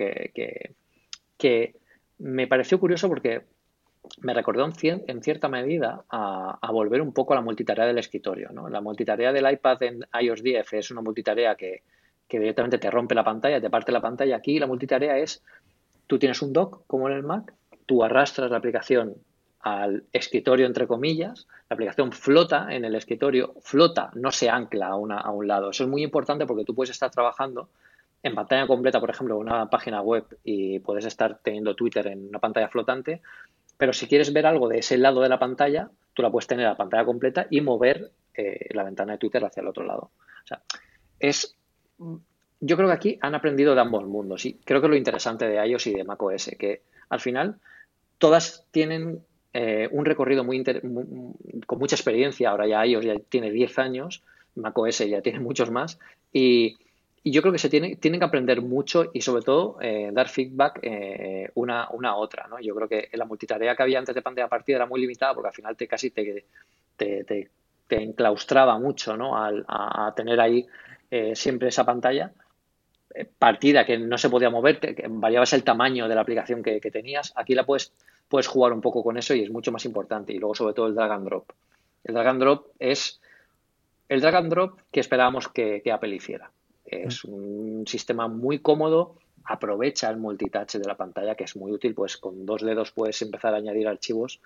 que me pareció curioso porque me recordó en cierta medida a volver un poco a la multitarea del escritorio, ¿no? La multitarea del iPad en iOS 10 es una multitarea que directamente te rompe la pantalla, te parte la pantalla. Aquí la multitarea es, tú tienes un dock como en el Mac, tú arrastras la aplicación al escritorio, entre comillas, la aplicación flota en el escritorio, flota, no se ancla a un lado. Eso es muy importante porque tú puedes estar trabajando en pantalla completa, por ejemplo, en una página web y puedes estar teniendo Twitter en una pantalla flotante, pero si quieres ver algo de ese lado de la pantalla, tú la puedes tener a pantalla completa y mover la ventana de Twitter hacia el otro lado. O sea, es, yo creo que aquí han aprendido de ambos mundos y creo que es lo interesante de iOS y de macOS, que al final todas tienen un recorrido con mucha experiencia. Ahora ya iOS ya tiene 10 años, macOS ya tiene muchos más y yo creo que tienen que aprender mucho y sobre todo dar feedback una a otra, ¿no? Yo creo que la multitarea que había antes de pantalla partida era muy limitada porque al final casi te, te- te enclaustraba mucho, ¿no? A tener ahí siempre esa pantalla partida que no se podía mover, que variabas el tamaño de la aplicación que tenías. Aquí puedes jugar un poco con eso y es mucho más importante. Y luego sobre todo el drag and drop. El drag and drop es el drag and drop que esperábamos que Apple hiciera. Es un sistema muy cómodo, aprovecha el multitouch de la pantalla, que es muy útil, pues con dos dedos puedes empezar a añadir archivos.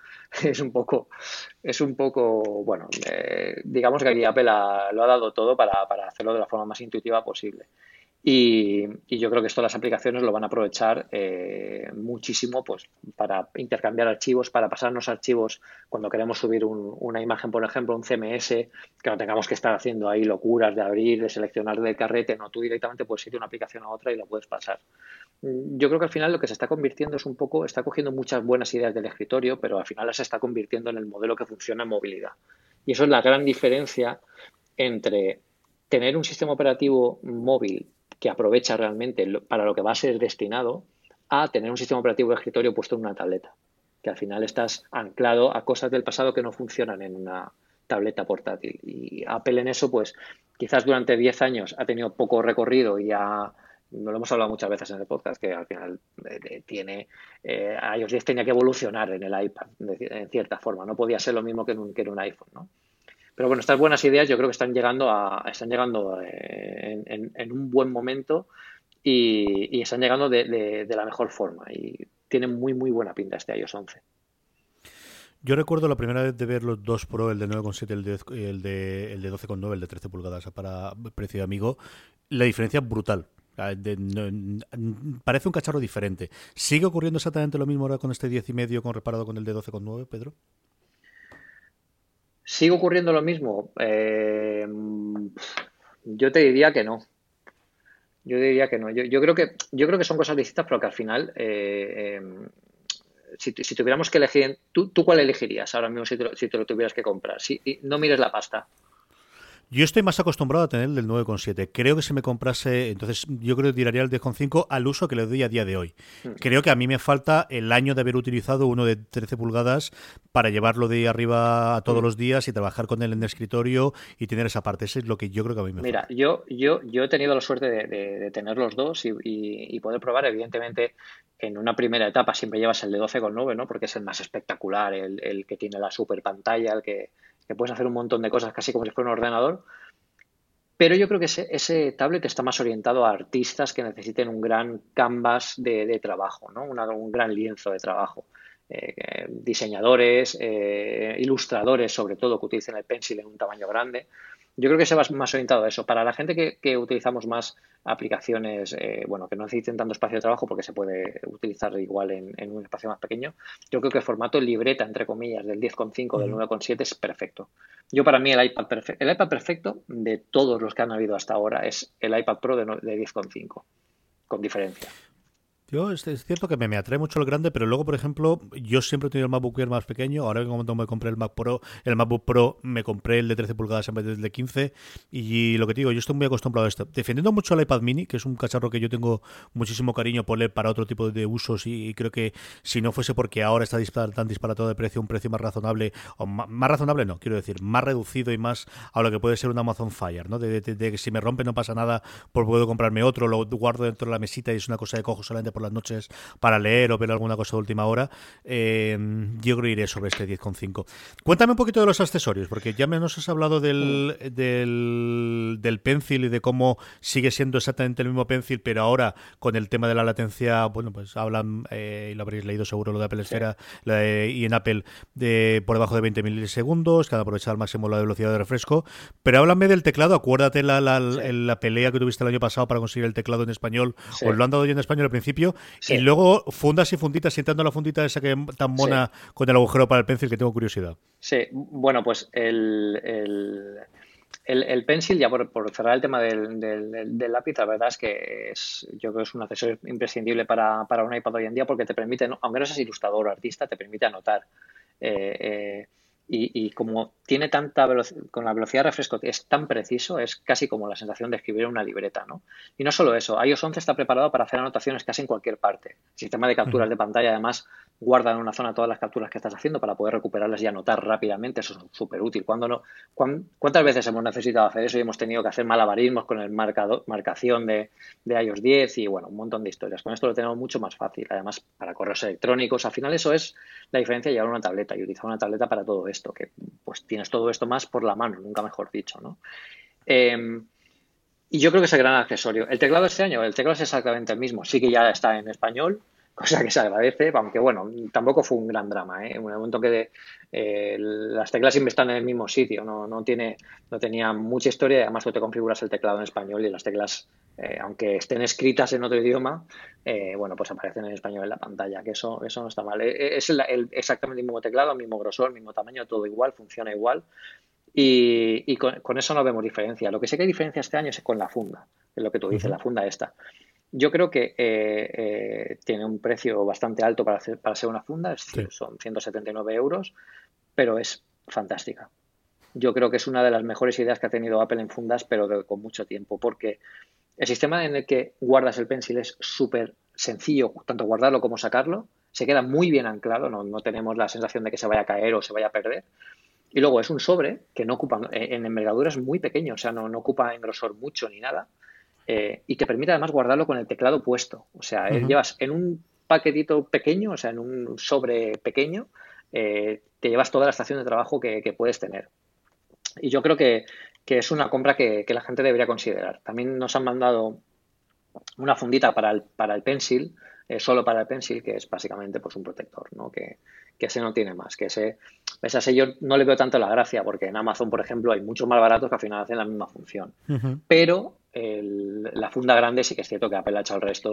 Es un poco, bueno, digamos que aquí Apple lo ha dado todo para hacerlo de la forma más intuitiva posible. Y yo creo que esto las aplicaciones lo van a aprovechar muchísimo pues, para intercambiar archivos, para pasarnos archivos cuando queremos subir una imagen, por ejemplo, un CMS, que no tengamos que estar haciendo ahí locuras de abrir, de seleccionar del carrete, no, tú directamente puedes ir de una aplicación a otra y lo puedes pasar. Yo creo que al final lo que se está convirtiendo es un poco, está cogiendo muchas buenas ideas del escritorio, pero al final las está convirtiendo en el modelo que funciona en movilidad. Y eso es la gran diferencia entre tener un sistema operativo móvil que aprovecha realmente para lo que va a ser destinado a tener un sistema operativo de escritorio puesto en una tableta, que al final estás anclado a cosas del pasado que no funcionan en una tableta portátil. Y Apple en eso, pues quizás durante 10 años ha tenido poco recorrido y no lo hemos hablado muchas veces en el podcast, que al final iOS 10 tenía que evolucionar en el iPad, en cierta forma, no podía ser lo mismo que en un iPhone, ¿no? Pero bueno, estas buenas ideas yo creo que están llegando en un buen momento y están llegando de la mejor forma y tienen muy, muy buena pinta este iOS 11. Yo recuerdo la primera vez de ver los dos Pro, el de 9,7 y el de 12,9, el de 13 pulgadas para precio de amigo. La diferencia es brutal. Parece un cacharro diferente. ¿Sigue ocurriendo exactamente lo mismo ahora con este 10,5 comparado con el de 12,9, Pedro? ¿Sigue ocurriendo lo mismo? Yo te diría que no. Yo diría que no. Yo creo que son cosas distintas, pero que al final, si tuviéramos que elegir, ¿tú cuál elegirías ahora mismo si te lo tuvieras que comprar? Y no mires la pasta. Yo estoy más acostumbrado a tener el del 9,7. Creo que si me comprase, entonces yo creo que tiraría el 10,5 al uso que le doy a día de hoy. Creo que a mí me falta el año de haber utilizado uno de 13 pulgadas para llevarlo de ahí arriba a todos Mm. los días y trabajar con él en el escritorio y tener esa parte. Ese es lo que yo creo que a mí me Mira, falta. yo he tenido la suerte de tener los dos y poder probar. Evidentemente, en una primera etapa siempre llevas el de 12,9, ¿no? Porque es el más espectacular, el que tiene la super pantalla, que puedes hacer un montón de cosas casi como si fuera un ordenador. Pero yo creo que ese tablet está más orientado a artistas que necesiten un gran canvas de trabajo, ¿no? Un gran lienzo de trabajo. diseñadores, ilustradores sobre todo, que utilicen el Pencil en un tamaño grande. Yo creo que se va más orientado a eso. Para la gente que utilizamos más aplicaciones, bueno, que no necesiten tanto espacio de trabajo porque se puede utilizar igual en un espacio más pequeño, yo creo que el formato libreta, entre comillas, del 10,5, del 9,7 es perfecto. Yo para mí el iPad perfecto de todos los que han habido hasta ahora es el iPad Pro de 10,5, con diferencia. Yo, es cierto que me atrae mucho el grande, pero luego, por ejemplo, yo siempre he tenido el MacBook Air más pequeño. Ahora que cuando me compré el MacBook Pro, me compré el de 13 pulgadas en vez del de 15. Y lo que te digo, yo estoy muy acostumbrado a esto. Defendiendo mucho el iPad mini, que es un cacharro que yo tengo muchísimo cariño por él para otro tipo de usos. Y creo que si no fuese porque ahora está tan disparatado de precio, un precio más razonable, o más razonable no, quiero decir, más reducido y más a lo que puede ser un Amazon Fire, ¿no? De que si me rompe no pasa nada, pues puedo comprarme otro, lo guardo dentro de la mesita y es una cosa que cojo solamente por las noches para leer o ver alguna cosa de última hora. Yo creo que iré sobre este 10,5. Cuéntame un poquito de los accesorios, porque ya nos has hablado del Pencil y de cómo sigue siendo exactamente el mismo Pencil, pero ahora con el tema de la latencia, bueno, pues hablan, y lo habréis leído seguro, lo de Apple Esfera, y en Apple de por debajo de 20 milisegundos, que han aprovechado al máximo la velocidad de refresco. Pero háblame del teclado, acuérdate la pelea que tuviste el año pasado para conseguir el teclado en español, Sí, os lo han dado ya en español al principio, y sí, luego fundas y funditas, sentando la fundita esa que tan sí. mona con el agujero para el Pencil, que tengo curiosidad. Sí, bueno, pues el Pencil, ya por cerrar el tema del lápiz, la verdad es que yo creo que es un accesorio imprescindible para un iPad hoy en día porque te permite, aunque no seas ilustrador o artista, te permite anotar. Eh, eh, y como tiene tanta velocidad, con la velocidad de refresco es tan preciso, es casi como la sensación de escribir en una libreta, ¿no? Y no solo eso, iOS 11 está preparado para hacer anotaciones casi en cualquier parte. El sistema de capturas de pantalla, además, guarda en una zona todas las capturas que estás haciendo para poder recuperarlas y anotar rápidamente. Eso es súper útil. ¿Cuántas veces hemos necesitado hacer eso y hemos tenido que hacer malabarismos con el marcación de iOS 10 y bueno, un montón de historias? Con esto lo tenemos mucho más fácil. Además, para correos electrónicos, al final eso es la diferencia de llevar una tableta y utilizar una tableta para todo esto, que pues tienes todo esto más por la mano, nunca mejor dicho, ¿no? Eh, y yo creo que es el gran accesorio. El teclado este año, el teclado es exactamente el mismo. Sí que ya está en español, cosa que se agradece, aunque bueno, tampoco fue un gran drama, ¿eh? En el momento que las teclas siempre están en el mismo sitio, no tenía mucha historia y además tú te configuras el teclado en español y las teclas, aunque estén escritas en otro idioma, bueno, pues aparecen en español en la pantalla, que eso no está mal. Es exactamente el mismo teclado, el mismo grosor, el mismo tamaño, todo igual, funciona igual. Y con eso no vemos diferencia. Lo que sí que hay diferencia este año es con la funda, es lo que tú dices, Ujú. la funda esta. Yo creo que tiene un precio bastante alto para ser una funda, es Sí. decir, son 179 euros, pero es fantástica. Yo creo que es una de las mejores ideas que ha tenido Apple en fundas, pero con mucho tiempo, porque el sistema en el que guardas el Pencil es súper sencillo, tanto guardarlo como sacarlo, se queda muy bien anclado, no tenemos la sensación de que se vaya a caer o se vaya a perder. Y luego es un sobre que no ocupa, en envergadura es muy pequeño, o sea, no ocupa en grosor mucho ni nada, y te permite además guardarlo con el teclado puesto. O sea, Ujú. llevas en un paquetito pequeño, o sea, en un sobre pequeño, te llevas toda la estación de trabajo que puedes tener. Y yo creo que es una compra que la gente debería considerar. También nos han mandado una fundita para el Pencil, solo para el Pencil, que es básicamente pues un protector, ¿no? Que ese no tiene más, ese yo no le veo tanto la gracia, porque en Amazon, por ejemplo, hay muchos más baratos que al final hacen la misma función. Ujú. Pero la funda grande sí que es cierto que Apple ha hecho el resto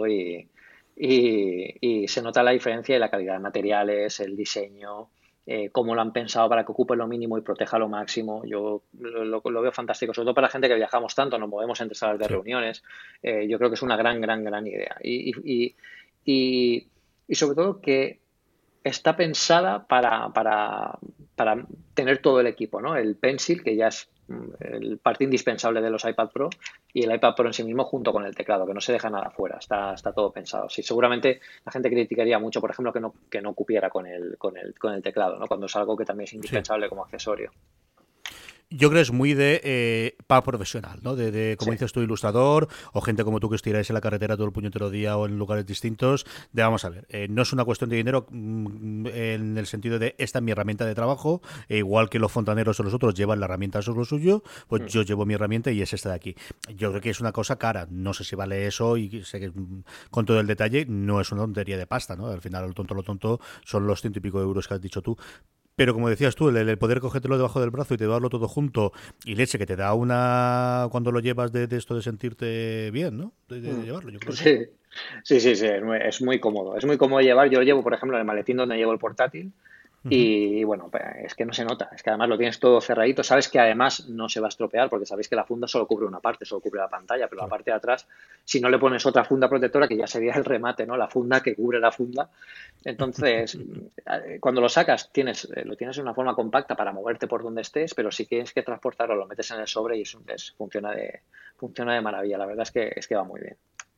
y se nota la diferencia y la calidad de materiales, el diseño, cómo lo han pensado para que ocupe lo mínimo y proteja lo máximo. Yo lo veo fantástico, sobre todo para la gente que viajamos tanto, nos movemos entre salas de Sí. reuniones. Yo creo que es una gran idea. Y sobre todo que está pensada para tener todo el equipo, ¿no? El Pencil, que ya es el parte indispensable de los iPad Pro, y el iPad Pro en sí mismo junto con el teclado, que no se deja nada fuera, está todo pensado. Sí, seguramente la gente criticaría mucho, por ejemplo, que no cupiera con el teclado, ¿no? Cuando es algo que también es Sí. indispensable como accesorio. Yo creo que es muy de para profesional, ¿no? Como Sí. dices tú, ilustrador, o gente como tú que os tiráis en la carretera todo el puñetero día o en lugares distintos. Vamos a ver, no es una cuestión de dinero en el sentido de esta es mi herramienta de trabajo, igual que los fontaneros o los otros llevan la herramienta, eso es lo suyo, pues Mm. yo llevo mi herramienta y es esta de aquí. Yo creo que es una cosa cara, no sé si vale eso y sé que con todo el detalle no es una tontería de pasta, ¿no? Al final lo tonto son los ciento y pico de euros que has dicho tú. Pero como decías tú, el poder cogértelo debajo del brazo y te darlo todo junto y leche que te da una cuando lo llevas de esto de sentirte bien, ¿no? De Mm. llevarlo, yo creo que sí. Sí, sí, es muy cómodo. Es muy cómodo llevar. Yo lo llevo, por ejemplo, en el maletín donde llevo el portátil. Ujú. Y bueno, pues, es que no se nota, es que además lo tienes todo cerradito, sabes que además no se va a estropear porque sabéis que la funda solo cubre una parte, solo cubre la pantalla, pero la Claro. parte de atrás, si no le pones otra funda protectora, que ya sería el remate, ¿no? La funda que cubre la funda. Entonces, cuando lo sacas, lo tienes de una forma compacta para moverte por donde estés, pero si tienes que transportarlo, lo metes en el sobre y funciona de maravilla. La verdad es que va muy bien.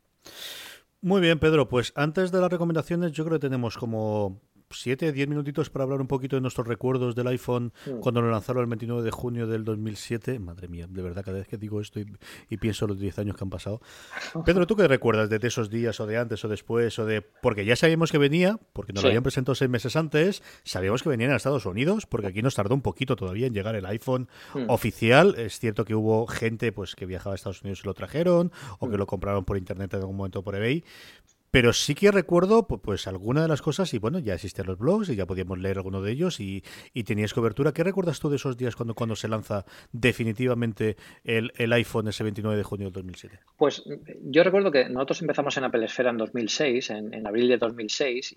Muy bien, Pedro. Pues antes de las recomendaciones, yo creo que tenemos como 7, 10 minutitos para hablar un poquito de nuestros recuerdos del iPhone Mm. cuando lo lanzaron el 29 de junio del 2007. Madre mía, de verdad, cada vez que digo esto y pienso los 10 años que han pasado. Pedro, ¿tú qué recuerdas de esos días o de antes o después o de... Porque ya sabíamos que venía, porque nos lo Sí. habían presentado 6 meses antes, sabíamos que venían a Estados Unidos, porque aquí nos tardó un poquito todavía en llegar el iPhone Mm. oficial. Es cierto que hubo gente pues que viajaba a Estados Unidos y lo trajeron, o que Mm. lo compraron por internet en algún momento por eBay. Pero sí que recuerdo, pues, alguna de las cosas, y bueno, ya existen los blogs y ya podíamos leer alguno de ellos y teníais cobertura. ¿Qué recuerdas tú de esos días cuando se lanza definitivamente el iPhone ese 29 de junio del 2007? Pues yo recuerdo que nosotros empezamos en Apple Esfera en 2006, en abril de 2006,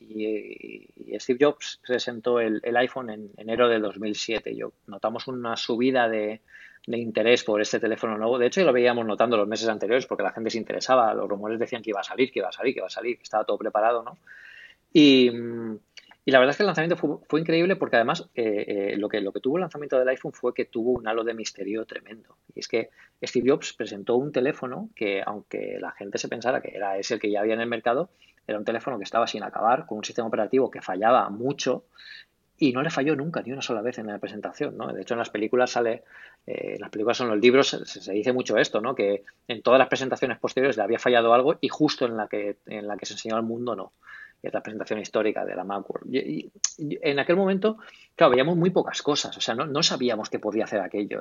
y Steve Jobs presentó el iPhone en enero de 2007. Notamos una subida de interés por este teléfono nuevo. De hecho, ya lo veíamos notando los meses anteriores porque la gente se interesaba. Los rumores decían que iba a salir, que iba a salir, que iba a salir, que estaba todo preparado, ¿no? Y, y la verdad es que el lanzamiento fue increíble porque además lo que tuvo el lanzamiento del iPhone fue que tuvo un halo de misterio tremendo. Y es que Steve Jobs presentó un teléfono que, aunque la gente se pensara que era ese el que ya había en el mercado, era un teléfono que estaba sin acabar, con un sistema operativo que fallaba mucho y no le falló nunca, ni una sola vez en la presentación, ¿no? De hecho, en las películas en las películas o en los libros se dice mucho esto, ¿no? Que en todas las presentaciones posteriores le había fallado algo y justo en la que se enseñó al mundo no. Es la presentación histórica de la Macworld. Y en aquel momento, claro, veíamos muy pocas cosas, o sea, no sabíamos que podía hacer aquello.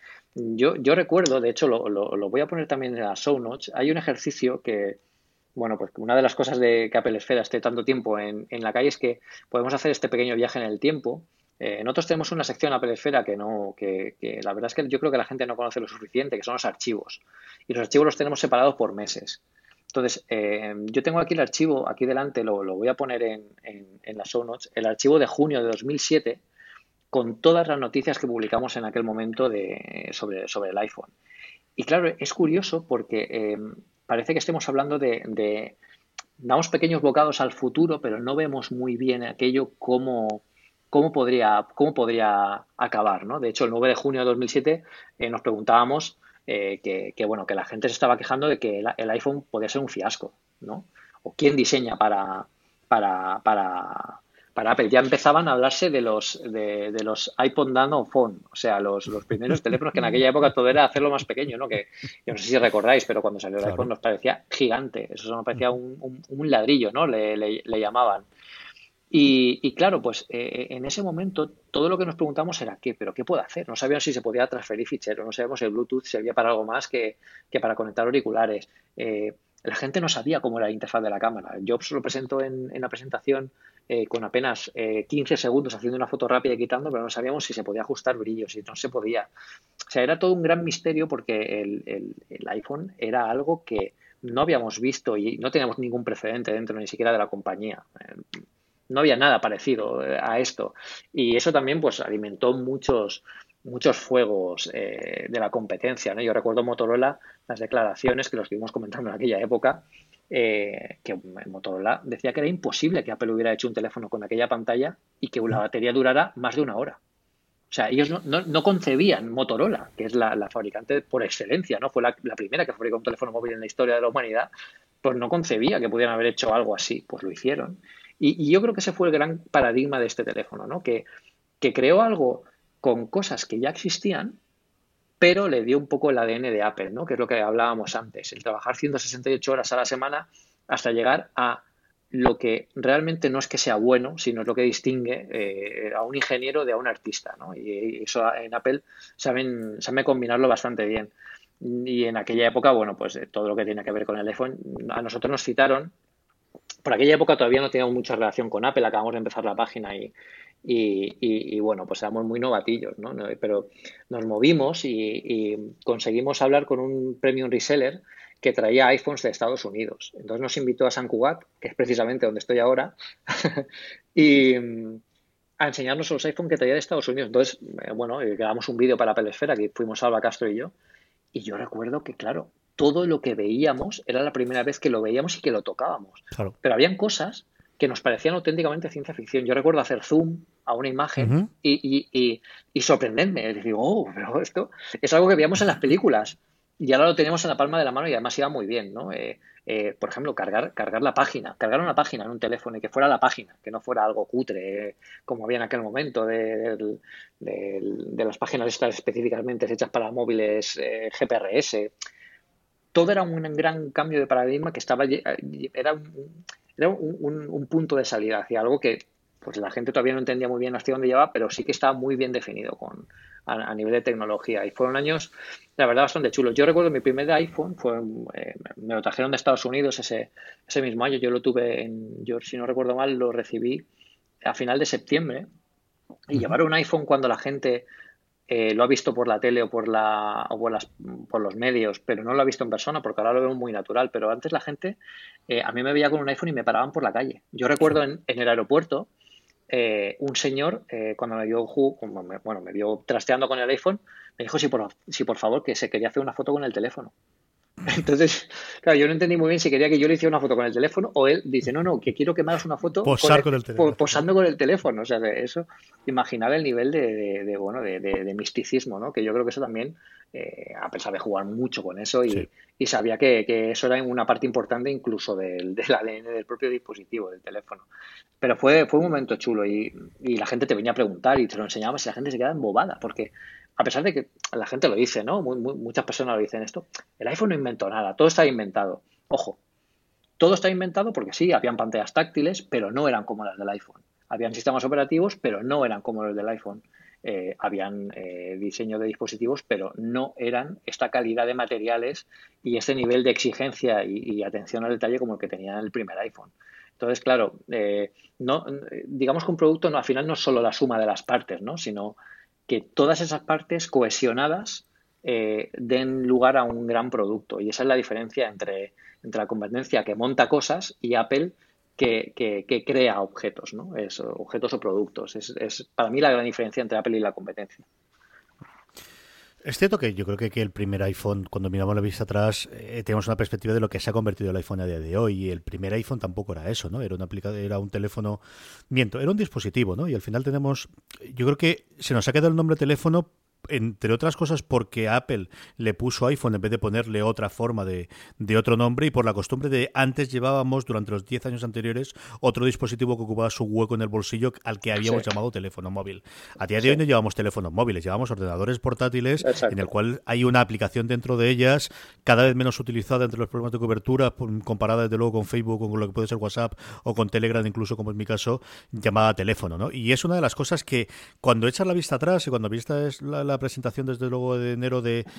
Yo recuerdo, de hecho, lo voy a poner también en la show notes, hay un ejercicio que, bueno, pues una de las cosas de que Apple Esfera esté tanto tiempo en la calle es que podemos hacer este pequeño viaje en el tiempo. Nosotros tenemos una sección Apple Esfera que no, que la verdad es que yo creo que la gente no conoce lo suficiente, que son los archivos. Y los archivos los tenemos separados por meses. Entonces, yo tengo aquí el archivo, aquí delante, lo voy a poner en las show notes, el archivo de junio de 2007 con todas las noticias que publicamos en aquel momento sobre el iPhone. Y claro, es curioso porque parece que estemos hablando damos pequeños bocados al futuro, pero no vemos muy bien aquello cómo podría acabar, ¿no? De hecho, el 9 de junio de 2007 nos preguntábamos bueno, que la gente se estaba quejando de que el iPhone podía ser un fiasco, ¿no? O quién diseña para, para, para Apple. Ya empezaban a hablarse de los iPod Nano Phone, o sea, los primeros teléfonos que en aquella época todo era hacerlo más pequeño, ¿no? Que yo no sé si recordáis, pero cuando salió el iPhone Claro. nos parecía gigante, eso nos parecía un ladrillo, ¿no? Le llamaban. Y claro, pues en ese momento todo lo que nos preguntamos era ¿pero qué puedo hacer? No sabíamos si se podía transferir ficheros, no sabíamos si el Bluetooth servía para algo más que para conectar auriculares. La gente no sabía cómo era la interfaz de la cámara. Jobs lo presentó en la presentación con apenas 15 segundos haciendo una foto rápida y quitando, pero no sabíamos si se podía ajustar brillos, si no se podía. O sea, era todo un gran misterio porque el iPhone era algo que no habíamos visto y no teníamos ningún precedente dentro ni siquiera de la compañía. No había nada parecido a esto. Y eso también pues alimentó muchos fuegos de la competencia, ¿no? Yo recuerdo Motorola, las declaraciones que lo estuvimos comentando en aquella época, que Motorola decía que era imposible que Apple hubiera hecho un teléfono con aquella pantalla y que la batería durara más de una hora. O sea, ellos no concebían Motorola, que es la fabricante por excelencia, ¿no? Fue la primera que fabricó un teléfono móvil en la historia de la humanidad, pues no concebía que pudieran haber hecho algo así, pues lo hicieron. Y yo creo que ese fue el gran paradigma de este teléfono, ¿no? Que creó algo con cosas que ya existían, pero le dio un poco el ADN de Apple, ¿no? Que es lo que hablábamos antes, el trabajar 168 horas a la semana hasta llegar a lo que realmente no es que sea bueno, sino es lo que distingue a un ingeniero de a un artista, ¿no? Y eso en Apple saben combinarlo bastante bien. Y en aquella época, bueno, pues todo lo que tiene que ver con el iPhone, a nosotros nos citaron. Por aquella época todavía no teníamos mucha relación con Apple, acabamos de empezar la página y bueno, pues éramos muy novatillos, ¿no? Pero nos movimos y conseguimos hablar con un premium reseller que traía iPhones de Estados Unidos. Entonces nos invitó a San Cugat, que es precisamente donde estoy ahora, y a enseñarnos los iPhones que traía de Estados Unidos. Entonces, bueno, grabamos un vídeo para Apple Esfera, que fuimos Alba Castro y yo, y yo recuerdo que, claro, todo lo que veíamos era la primera vez que lo veíamos y que lo tocábamos. Claro. Pero habían cosas que nos parecían auténticamente ciencia ficción. Yo recuerdo hacer zoom a una imagen Ujú. y sorprenderme. Es decir, oh, pero esto es algo que veíamos en las películas y ahora lo tenemos en la palma de la mano y además iba muy bien, ¿no? Por ejemplo, cargar la página, cargar una página en un teléfono y que fuera la página, que no fuera algo cutre, como había en aquel momento de las páginas estas específicamente hechas para móviles GPRS. Todo era un gran cambio de paradigma que era un punto de salida hacia algo que pues la gente todavía no entendía muy bien hacia dónde llevaba, pero sí que estaba muy bien definido a nivel de tecnología. Y fueron años, la verdad, bastante chulos. Yo recuerdo mi primer iPhone, me lo trajeron de Estados Unidos ese mismo año. Yo lo tuve yo si no recuerdo mal, lo recibí a final de septiembre. Y Ujú. llevar un iPhone cuando la gente lo ha visto por la tele por los medios, pero no lo ha visto en persona porque ahora lo veo muy natural. Pero antes la gente, a mí me veía con un iPhone y me paraban por la calle. Yo Sí. recuerdo en el aeropuerto, un señor, cuando me vio trasteando con el iPhone, me dijo si por favor que se quería hacer una foto con el teléfono. Entonces, claro, yo no entendí muy bien si quería que yo le hiciera una foto con el teléfono o él dice, no, no, que quiero que me hagas una foto Posar con el teléfono. posando con el teléfono. O sea, que eso, imaginar el nivel bueno, de misticismo, ¿no? Que yo creo que eso también, a pesar de jugar mucho con eso Sí. y sabía que eso era una parte importante incluso del ADN del propio dispositivo, del teléfono. Pero fue un momento chulo y la gente te venía a preguntar y te lo enseñabas y la gente se quedaba embobada porque a pesar de que la gente lo dice, ¿no? Muchas personas lo dicen esto, el iPhone no inventó nada, todo está inventado. Ojo, todo está inventado porque sí, habían pantallas táctiles, pero no eran como las del iPhone. Habían sistemas operativos, pero no eran como los del iPhone. Habían diseño de dispositivos, pero no eran esta calidad de materiales y este nivel de exigencia y atención al detalle como el que tenía el primer iPhone. Entonces, claro, no, digamos que un producto al final no es solo la suma de las partes, ¿no? Sino que todas esas partes cohesionadas den lugar a un gran producto. Y esa es la diferencia entre la competencia que monta cosas y Apple que crea objetos, ¿no? Objetos o productos. Es para mí la gran diferencia entre Apple y la competencia. Es cierto que yo creo que el primer iPhone, cuando miramos la vista atrás, tenemos una perspectiva de lo que se ha convertido el iPhone a día de hoy. Y el primer iPhone tampoco era eso, ¿no? Era un teléfono, miento, era un dispositivo, ¿no? Y al final yo creo que se nos ha quedado el nombre teléfono, entre otras cosas porque Apple le puso iPhone en vez de ponerle otra forma de otro nombre y por la costumbre de antes llevábamos durante los 10 años anteriores otro dispositivo que ocupaba su hueco en el bolsillo al que Sí, habíamos llamado teléfono móvil. A día de hoy sí, no llevamos teléfonos móviles, llevamos ordenadores portátiles en el exacto. cual hay una aplicación dentro de ellas cada vez menos utilizada entre los problemas de cobertura, comparada desde luego con Facebook, con lo que puede ser WhatsApp o con Telegram, incluso como es mi caso, llamada teléfono, ¿no? Y es una de las cosas que cuando echas la vista atrás y cuando vistas la presentación desde luego de enero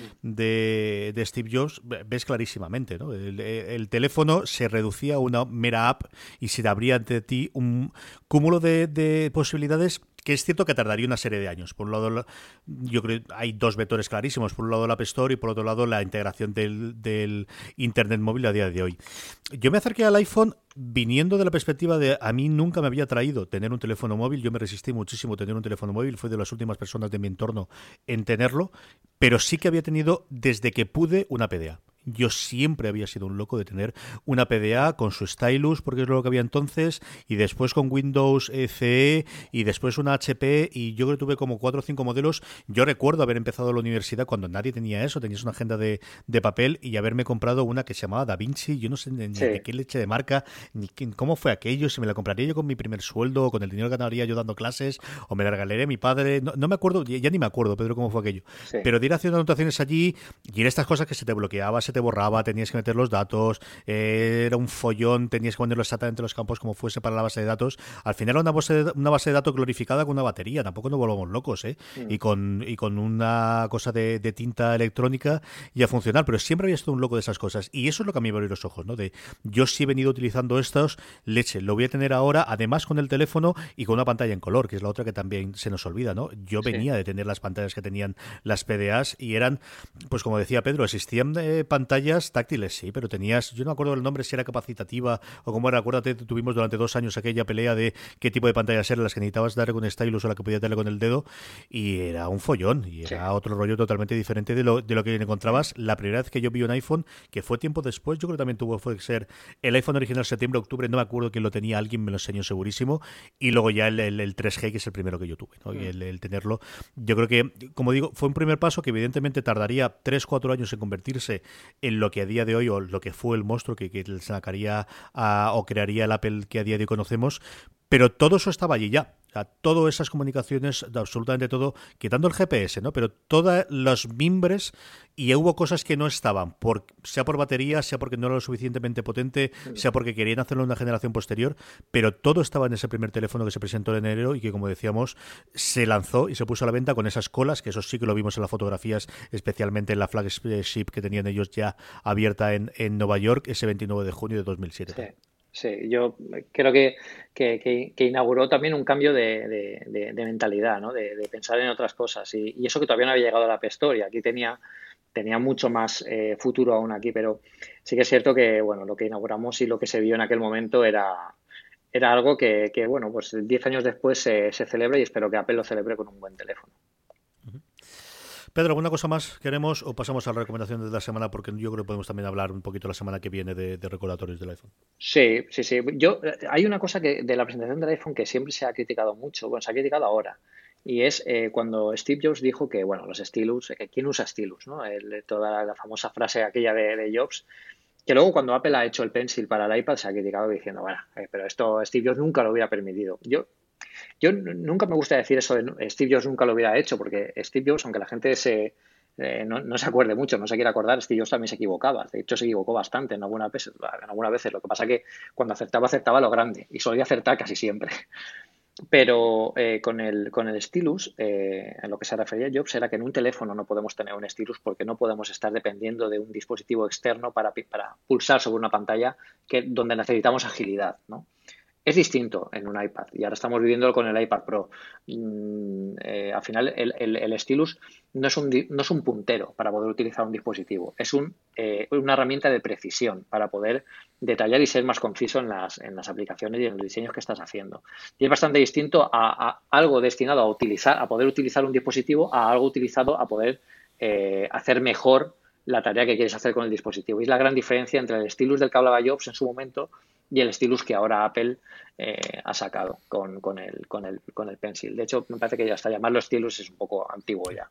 de Steve Jobs, ves clarísimamente, ¿no? El teléfono se reducía a una mera app y se abría ante ti un cúmulo de posibilidades que es cierto que tardaría una serie de años. Por un lado, yo creo que hay dos vectores clarísimos. Por un lado, la App Store y por otro lado, la integración del Internet móvil a día de hoy. Yo me acerqué al iPhone viniendo de la perspectiva de a mí nunca me había traído tener un teléfono móvil. Yo me resistí muchísimo a tener un teléfono móvil. Fui de las últimas personas de mi entorno en tenerlo, pero sí que había tenido desde que pude una PDA. yo siempre había sido un loco de tener una PDA con su stylus, porque es lo que había entonces, y después con Windows CE, y después una HP, y yo creo que tuve como 4 o 5 modelos. Yo recuerdo haber empezado la universidad cuando nadie tenía eso, tenías una agenda de papel, y haberme comprado una que se llamaba Da Vinci, yo no sé ni de Sí, qué leche de marca, ni cómo fue aquello, si me la compraría yo con mi primer sueldo, o con el dinero que ganaría yo dando clases, o me la regalaría a mi padre, no me acuerdo, ya ni me acuerdo, Pedro, cómo fue aquello. sí, Pero de ir haciendo anotaciones allí, y en estas cosas que se te bloqueaba, se te borraba, tenías que meter los datos, era un follón, tenías que ponerlo exactamente en los campos como fuese para la base de datos. Al final era una base de datos glorificada con una batería, tampoco nos volvamos locos, ¿eh? mm, Y con una cosa de tinta electrónica y a funcionar, pero siempre había sido un loco de esas cosas. Y eso es lo que a mí me abrió los ojos, ¿no? De yo sí he venido utilizando estos, leche, lo voy a tener ahora, además con el teléfono y con una pantalla en color, que es la otra que también se nos olvida, ¿no? Yo sí, venía de tener las pantallas que tenían las PDAs y eran, pues como decía Pedro, existían pantallas táctiles, sí, pero tenías, yo no me acuerdo del nombre, si era capacitativa o cómo era, acuérdate, tuvimos durante 2 años aquella pelea de qué tipo de pantallas eran las que necesitabas darle con stylus o la que podías darle con el dedo, y era un follón, y sí. era otro rollo totalmente diferente de lo que encontrabas. La primera vez que yo vi un iPhone, que fue tiempo después, yo creo que también tuvo fue ser el iPhone original septiembre-octubre, no me acuerdo quién lo tenía, alguien me lo enseñó segurísimo, y luego ya el 3G, que es el primero que yo tuve, ¿no? Y Mm. el tenerlo, yo creo que, como digo, fue un primer paso que evidentemente tardaría 3 o 4 años en convertirse en lo que a día de hoy, o lo que fue el monstruo que sacaría o crearía el Apple que a día de hoy conocemos, pero todo eso estaba allí ya. O sea, todas esas comunicaciones, absolutamente todo, quitando el GPS, ¿no? Pero todos los mimbres, y hubo cosas que no estaban, sea por batería, sea porque no era lo suficientemente potente, Mm. sea porque querían hacerlo en una generación posterior, pero todo estaba en ese primer teléfono que se presentó en enero y que, como decíamos, se lanzó y se puso a la venta con esas colas, que eso sí que lo vimos en las fotografías, especialmente en la flagship que tenían ellos ya abierta en Nueva York ese 29 de junio de 2007, Sí, Pedro. sí, yo creo que inauguró también un cambio de mentalidad, ¿no? De pensar en otras cosas. Y eso que todavía no había llegado a la App Store, y aquí tenía mucho más futuro aún aquí, pero sí que es cierto que, bueno, lo que inauguramos y lo que se vio en aquel momento era algo que, bueno, pues 10 años después se celebra, y espero que Apple lo celebre con un buen teléfono. Pedro, ¿alguna cosa más queremos o pasamos a la recomendación de la semana? Porque yo creo que podemos también hablar un poquito la semana que viene de recordatorios del iPhone. Sí, sí, sí. Hay una cosa que de la presentación del iPhone que siempre se ha criticado mucho, bueno, se ha criticado ahora, y es cuando Steve Jobs dijo que, bueno, los stylus, ¿quién usa stylus, no? Toda la famosa frase aquella de Jobs, que luego cuando Apple ha hecho el Pencil para el iPad se ha criticado diciendo, bueno, pero esto Steve Jobs nunca lo hubiera permitido. Yo nunca me gusta decir eso de Steve Jobs nunca lo hubiera hecho, porque Steve Jobs, aunque la gente no se acuerde mucho, no se quiere acordar, Steve Jobs también se equivocaba. De hecho, se equivocó bastante en algunas veces. Lo que pasa que cuando acertaba a lo grande, y solía acertar casi siempre. Pero con el stylus, en lo que se refería Jobs, era que en un teléfono no podemos tener un stylus porque no podemos estar dependiendo de un dispositivo externo para pulsar sobre una pantalla donde necesitamos agilidad, ¿no? Es distinto en un iPad, y ahora estamos viviéndolo con el iPad Pro. Al final, el stylus no es un puntero para poder utilizar un dispositivo, es una herramienta de precisión para poder detallar y ser más conciso en las aplicaciones y en los diseños que estás haciendo. Y es bastante distinto a algo destinado a poder utilizar un dispositivo, a algo utilizado a poder hacer mejor la tarea que quieres hacer con el dispositivo. Y es la gran diferencia entre el stylus del que hablaba Jobs en su momento y el stylus que ahora Apple ha sacado con el Pencil. De hecho, me parece que ya hasta llamarlo stylus es un poco antiguo ya.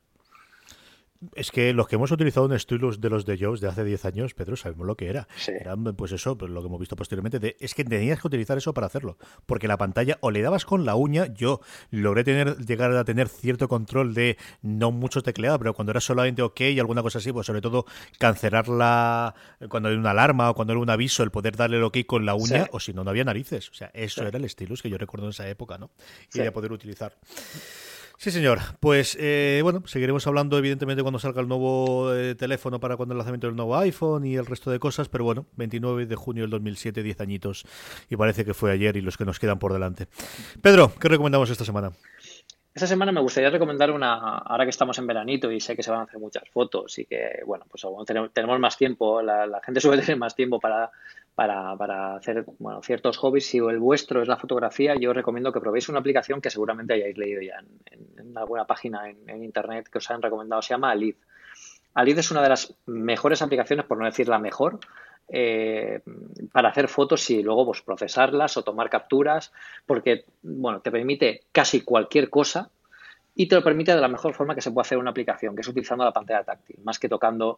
Es que los que hemos utilizado un stylus de los de Jobs de hace 10 años, Pedro, sabemos lo que era. Sí, Eran, pues eso, pues lo que hemos visto posteriormente. Es que tenías que utilizar eso para hacerlo. Porque la pantalla, o le dabas con la uña, yo logré llegar a tener cierto control de no mucho tecleado, pero cuando era solamente OK y alguna cosa así, pues sobre todo cancelarla cuando era una alarma o cuando era un aviso, el poder darle el OK con la sí, uña, o si no, no había narices. O sea, sí, eso era el stylus que yo recuerdo en esa época, ¿no? Y sí. de poder utilizar. Sí, señor. Pues bueno, seguiremos hablando evidentemente cuando salga el nuevo teléfono para cuando el lanzamiento del nuevo iPhone y el resto de cosas, pero bueno, 29 de junio del 2007, 10 añitos, y parece que fue ayer y los que nos quedan por delante. Pedro, ¿qué recomendamos esta semana? Esta semana me gustaría recomendar ahora que estamos en veranito y sé que se van a hacer muchas fotos y que, bueno, pues aún tenemos más tiempo, la gente suele tener más tiempo para hacer, bueno, ciertos hobbies. Si el vuestro es la fotografía, yo os recomiendo que probéis una aplicación que seguramente hayáis leído ya en alguna página en internet que os han recomendado, se llama Aliv. Alid es una de las mejores aplicaciones, por no decir la mejor, eh, para hacer fotos y luego pues procesarlas o tomar capturas, porque bueno, te permite casi cualquier cosa y te lo permite de la mejor forma que se puede hacer una aplicación, que es utilizando la pantalla táctil, más que tocando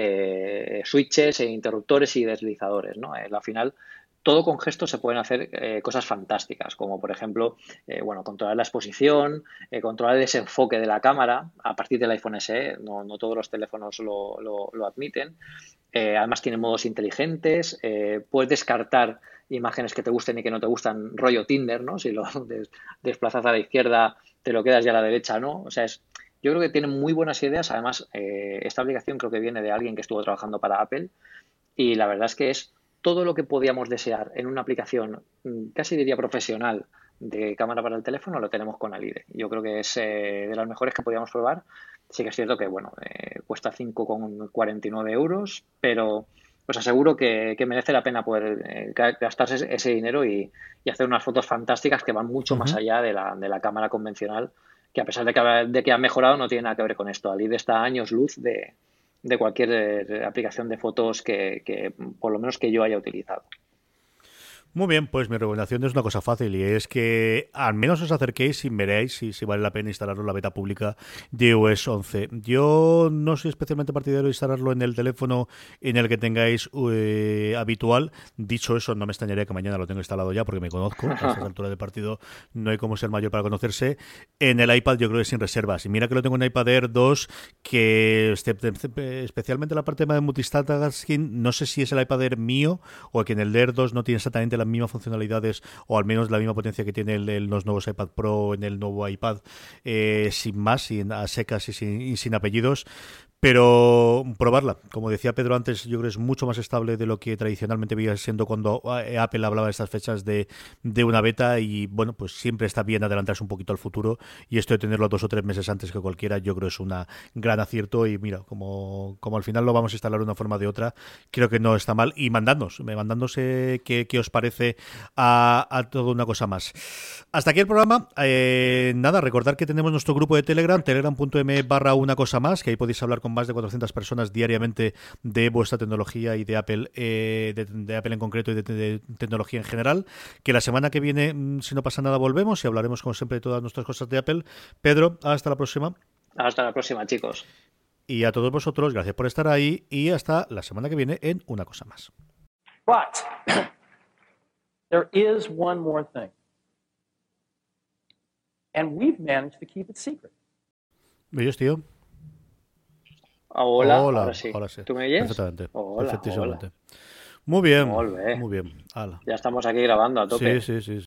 switches e interruptores y deslizadores, ¿no? Al final, todo con gestos se pueden hacer cosas fantásticas, como por ejemplo, bueno, controlar la exposición, controlar el desenfoque de la cámara a partir del iPhone SE, no todos los teléfonos lo admiten. Además tiene modos inteligentes, puedes descartar imágenes que te gusten y que no te gustan, rollo Tinder, ¿no? Si lo desplazas a la izquierda, te lo quedas ya a la derecha, ¿no? O sea, yo creo que tiene muy buenas ideas. Además, esta aplicación creo que viene de alguien que estuvo trabajando para Apple y la verdad es que es todo lo que podíamos desear en una aplicación, casi diría profesional, de cámara para el teléfono, lo tenemos con Alide. Yo creo que es de las mejores que podíamos probar. Sí que es cierto que, bueno, cuesta 5,49 euros, pero os aseguro que merece la pena poder gastarse ese dinero y hacer unas fotos fantásticas que van mucho más Ujú. allá de la cámara convencional, que a pesar de que ha mejorado, no tiene nada que ver con esto. Alide está a años luz de cualquier aplicación de fotos que por lo menos que yo haya utilizado. Muy bien, pues mi recomendación es una cosa fácil y es que al menos os acerquéis y veréis si vale la pena instalarlo en la beta pública de iOS 11. Yo no soy especialmente partidario de instalarlo en el teléfono en el que tengáis habitual. Dicho eso, no me extrañaría que mañana lo tenga instalado ya porque me conozco. A estas alturas del partido no hay como ser mayor para conocerse. En el iPad yo creo que sin reservas. Y mira que lo tengo en iPad Air 2 que especialmente la parte de multitasking, no sé si es el iPad Air mío o que en el Air 2 no tiene exactamente las mismas funcionalidades o al menos la misma potencia que tiene los nuevos iPad Pro en el nuevo iPad, sin más, sin a secas y sin apellidos. Pero probarla, como decía Pedro antes, yo creo que es mucho más estable de lo que tradicionalmente veía siendo cuando Apple hablaba de estas fechas de una beta y bueno, pues siempre está bien adelantarse un poquito al futuro y esto de tenerlo 2 o 3 meses antes que cualquiera yo creo es un gran acierto y mira, como al final lo vamos a instalar de una forma o de otra, creo que no está mal y mandadnos qué os parece a toda una cosa más. Hasta aquí el programa. Nada, recordar que tenemos nuestro grupo de Telegram, telegram.m/una cosa más, que ahí podéis hablar con más de 400 personas diariamente de vuestra tecnología y de Apple, de Apple en concreto y de tecnología en general. Que la semana que viene, si no pasa nada, volvemos y hablaremos como siempre de todas nuestras cosas de Apple. Pedro, hasta la próxima. Hasta la próxima, chicos. Y a todos vosotros, gracias por estar ahí y hasta la semana que viene en Una Cosa Más. But there is one more thing. And we've managed to keep it secret. ¿Bellos, tío? Hola, ahora sí. Ahora sí. ¿Tú me oyes? Perfectamente. Hola, hola. Perfectísimamente. Muy bien, Molt bé. muy bien. Hala. Ya estamos aquí grabando a tope. Sí, sí, sí.